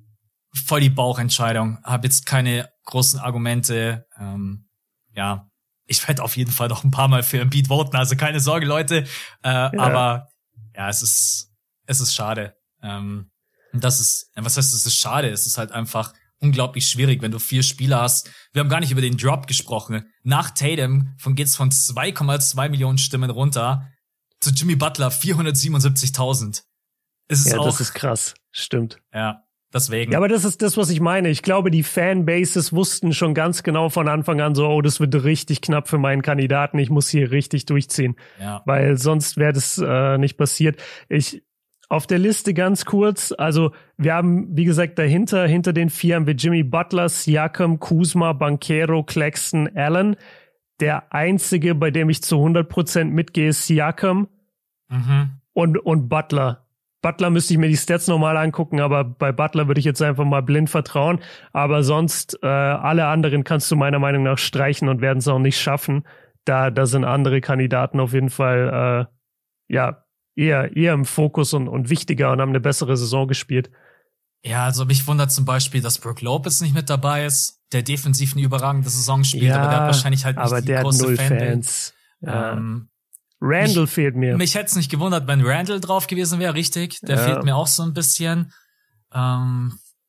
voll die Bauchentscheidung. Habe jetzt keine großen Argumente. Ähm, ja. Ich werde auf jeden Fall noch ein paar Mal für Embiid voten, also keine Sorge, Leute. Äh, ja. Aber ja, es ist es ist schade. Ähm, das ist, was heißt, es ist schade? Es ist halt einfach unglaublich schwierig, wenn du vier Spieler hast. Wir haben gar nicht über den Drop gesprochen. Nach Tatum von geht's von zwei Komma zwei Millionen Stimmen runter zu Jimmy Butler vierhundertsiebenundsiebzigtausend. Es ist ja, auch, das ist krass. Stimmt. Ja. Deswegen. Ja, aber das ist das, was ich meine. Ich glaube, die Fanbases wussten schon ganz genau von Anfang an so, oh, das wird richtig knapp für meinen Kandidaten. Ich muss hier richtig durchziehen. Ja. Weil sonst wäre das äh, nicht passiert. Ich, auf der Liste ganz kurz, also wir haben, wie gesagt, dahinter, hinter den vier haben wir Jimmy Butler, Siakam, Kuzma, Banchero, Claxton, Allen. Der einzige, bei dem ich zu hundert Prozent mitgehe, ist Siakam mhm. und, und Butler. Butler müsste ich mir die Stats nochmal angucken, aber bei Butler würde ich jetzt einfach mal blind vertrauen. Aber sonst, äh, alle anderen kannst du meiner Meinung nach streichen und werden es auch nicht schaffen. Da, da sind andere Kandidaten auf jeden Fall, äh, ja, eher, eher im Fokus und, und wichtiger und haben eine bessere Saison gespielt. Ja, also mich wundert zum Beispiel, dass Brook Lopez nicht mit dabei ist, der defensiv eine überragende Saison spielt, ja, aber der hat wahrscheinlich halt nicht aber die der große hat null Fanbase. Fans. Ja. Ähm, Randall mich, fehlt mir. Mich hätte es nicht gewundert, wenn Randall drauf gewesen wäre, richtig. Der ja. fehlt mir auch so ein bisschen. Ähm,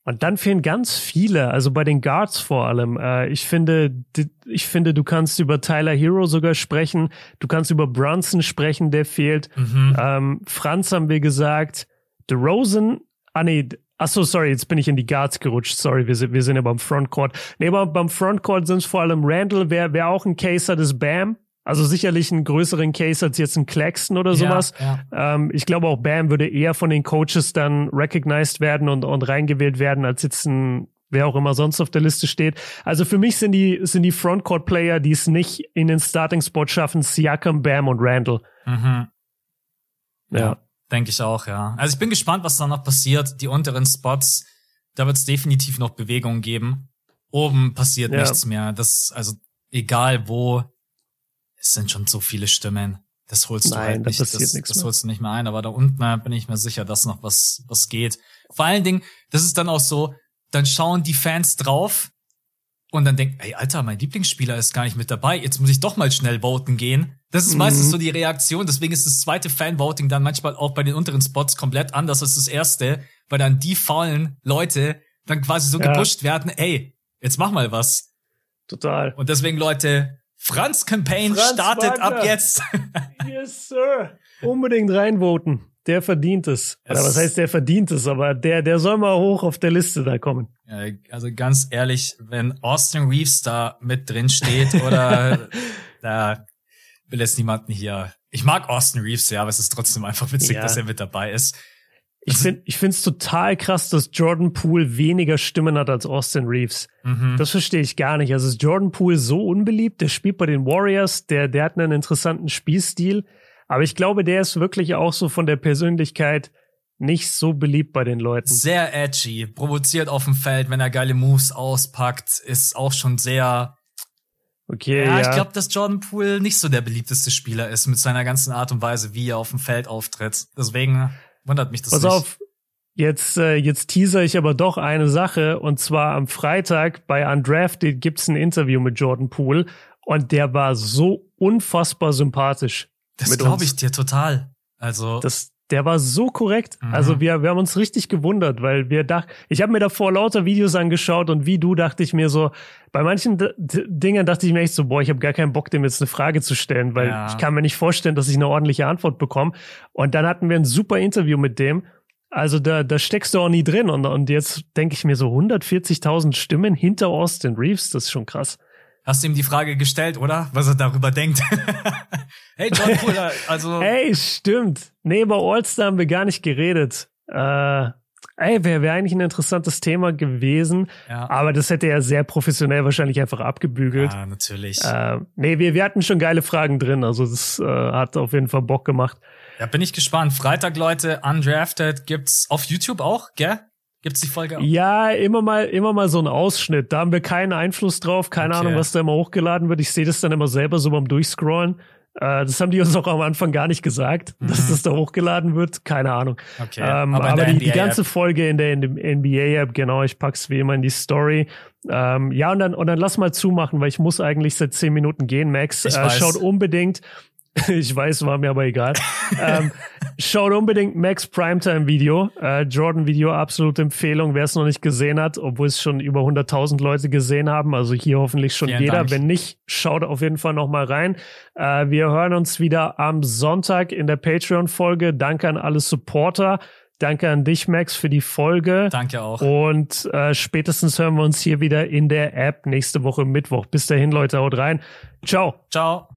Und dann fehlen ganz viele, also bei den Guards vor allem. Äh, ich finde, ich finde, du kannst über Tyler Hero sogar sprechen. Du kannst über Brunson sprechen, der fehlt. Mhm. Ähm, Franz haben wir gesagt. DeRozan, ah nee, ach so, sorry, jetzt bin ich in die Guards gerutscht. Sorry, wir sind, wir sind ja beim Frontcourt. Nee, aber beim Frontcourt sind es vor allem Randall, wer, wer auch ein Case hat, ist Bam. Also sicherlich einen größeren Case als jetzt ein Claxton oder sowas. Ja, ja. Ähm, ich glaube auch Bam würde eher von den Coaches dann recognized werden und, und reingewählt werden, als jetzt ein, wer auch immer sonst auf der Liste steht. Also für mich sind die, sind die Frontcourt-Player, die es nicht in den Starting-Spot schaffen, Siakam, Bam und Randall. Mhm. Ja, ja. Denke ich auch, ja. Also ich bin gespannt, was da noch passiert. Die unteren Spots, da wird es definitiv noch Bewegungen geben. Oben passiert ja. nichts mehr. Das, also egal wo, es sind schon so viele Stimmen. Das holst du Nein, halt nicht. Das, das, das mehr. holst du nicht mehr ein. Aber da unten bin ich mir sicher, dass noch was, was geht. Vor allen Dingen, das ist dann auch so, dann schauen die Fans drauf und dann denken, ey, Alter, mein Lieblingsspieler ist gar nicht mit dabei. Jetzt muss ich doch mal schnell voten gehen. Das ist mhm. meistens so die Reaktion. Deswegen ist das zweite Fan-Voting dann manchmal auch bei den unteren Spots komplett anders als das erste, weil dann die faulen Leute dann quasi so ja. gepusht werden, ey, jetzt mach mal was. Total. Und deswegen, Leute, Franz Campaign Franz startet Wagner. Ab jetzt. Yes, sir. Unbedingt reinvoten. Der verdient es. es. Oder was heißt, der verdient es? Aber der, der soll mal hoch auf der Liste da kommen. Ja, also ganz ehrlich, wenn Austin Reeves da mit drin steht oder da will jetzt niemanden hier. Ich mag Austin Reeves, ja, aber es ist trotzdem einfach witzig, ja. dass er mit dabei ist. Ich finde, ich finde es total krass, dass Jordan Poole weniger Stimmen hat als Austin Reeves. Mhm. Das verstehe ich gar nicht. Also ist Jordan Poole so unbeliebt? Der spielt bei den Warriors, der, der hat einen interessanten Spielstil. Aber ich glaube, der ist wirklich auch so von der Persönlichkeit nicht so beliebt bei den Leuten. Sehr edgy, provoziert auf dem Feld, wenn er geile Moves auspackt, ist auch schon sehr. Okay, ja, ja. ich glaube, dass Jordan Poole nicht so der beliebteste Spieler ist mit seiner ganzen Art und Weise, wie er auf dem Feld auftritt. Deswegen wundert mich das Pass nicht. Pass auf, jetzt, äh, jetzt teaser ich aber doch eine Sache. Und zwar am Freitag bei Undrafted gibt's ein Interview mit Jordan Poole. Und der war so unfassbar sympathisch. Das glaube ich dir total. Also das, der war so korrekt. Mhm. Also wir, wir haben uns richtig gewundert, weil wir dachten, ich habe mir davor lauter Videos angeschaut und wie du dachte ich mir so, bei manchen D- D- Dingen dachte ich mir echt so, boah, ich habe gar keinen Bock, dem jetzt eine Frage zu stellen, weil ja. ich kann mir nicht vorstellen, dass ich eine ordentliche Antwort bekomme. Und dann hatten wir ein super Interview mit dem. Also da, da steckst du auch nie drin. Und, und jetzt denke ich mir so hundertvierzigtausend Stimmen hinter Austin Reeves, das ist schon krass. Hast du ihm die Frage gestellt, oder? Was er darüber denkt. Hey, John Poole, also. Hey, stimmt. Nee, über All-Star haben wir gar nicht geredet. Äh, ey, wäre wär eigentlich ein interessantes Thema gewesen. Ja. Aber das hätte er sehr professionell wahrscheinlich einfach abgebügelt. Ja, natürlich. Äh, nee, wir, wir hatten schon geile Fragen drin. Also das äh, hat auf jeden Fall Bock gemacht. Ja, bin ich gespannt. Freitag, Leute, Undrafted gibt's auf YouTube auch, gell? Gibt's die Folge auch? Ja, immer mal, immer mal so ein Ausschnitt. Da haben wir keinen Einfluss drauf. Keine okay. Ahnung, was da immer hochgeladen wird. Ich sehe das dann immer selber so beim Durchscrollen. Äh, das haben die uns auch am Anfang gar nicht gesagt, mhm. dass das da hochgeladen wird. Keine Ahnung. Okay. Ähm, aber aber die, die ganze Folge in der, in dem N B A-App, genau, ich pack's wie immer in die Story. Ähm, ja, und dann, und dann lass mal zumachen, weil ich muss eigentlich seit zehn Minuten gehen, Max. Ich äh, weiß. Schaut unbedingt. Ich weiß, war mir aber egal. ähm, schaut unbedingt Max Primetime Video, äh, Jordan Video, absolute Empfehlung, wer es noch nicht gesehen hat, obwohl es schon über hunderttausend Leute gesehen haben, also hier hoffentlich schon Vielen jeder. Dank. Wenn nicht, schaut auf jeden Fall noch mal rein. Äh, wir hören uns wieder am Sonntag in der Patreon-Folge. Danke an alle Supporter. Danke an dich, Max, für die Folge. Danke auch. Und äh, spätestens hören wir uns hier wieder in der App nächste Woche Mittwoch. Bis dahin, Leute, haut rein. Ciao. Ciao.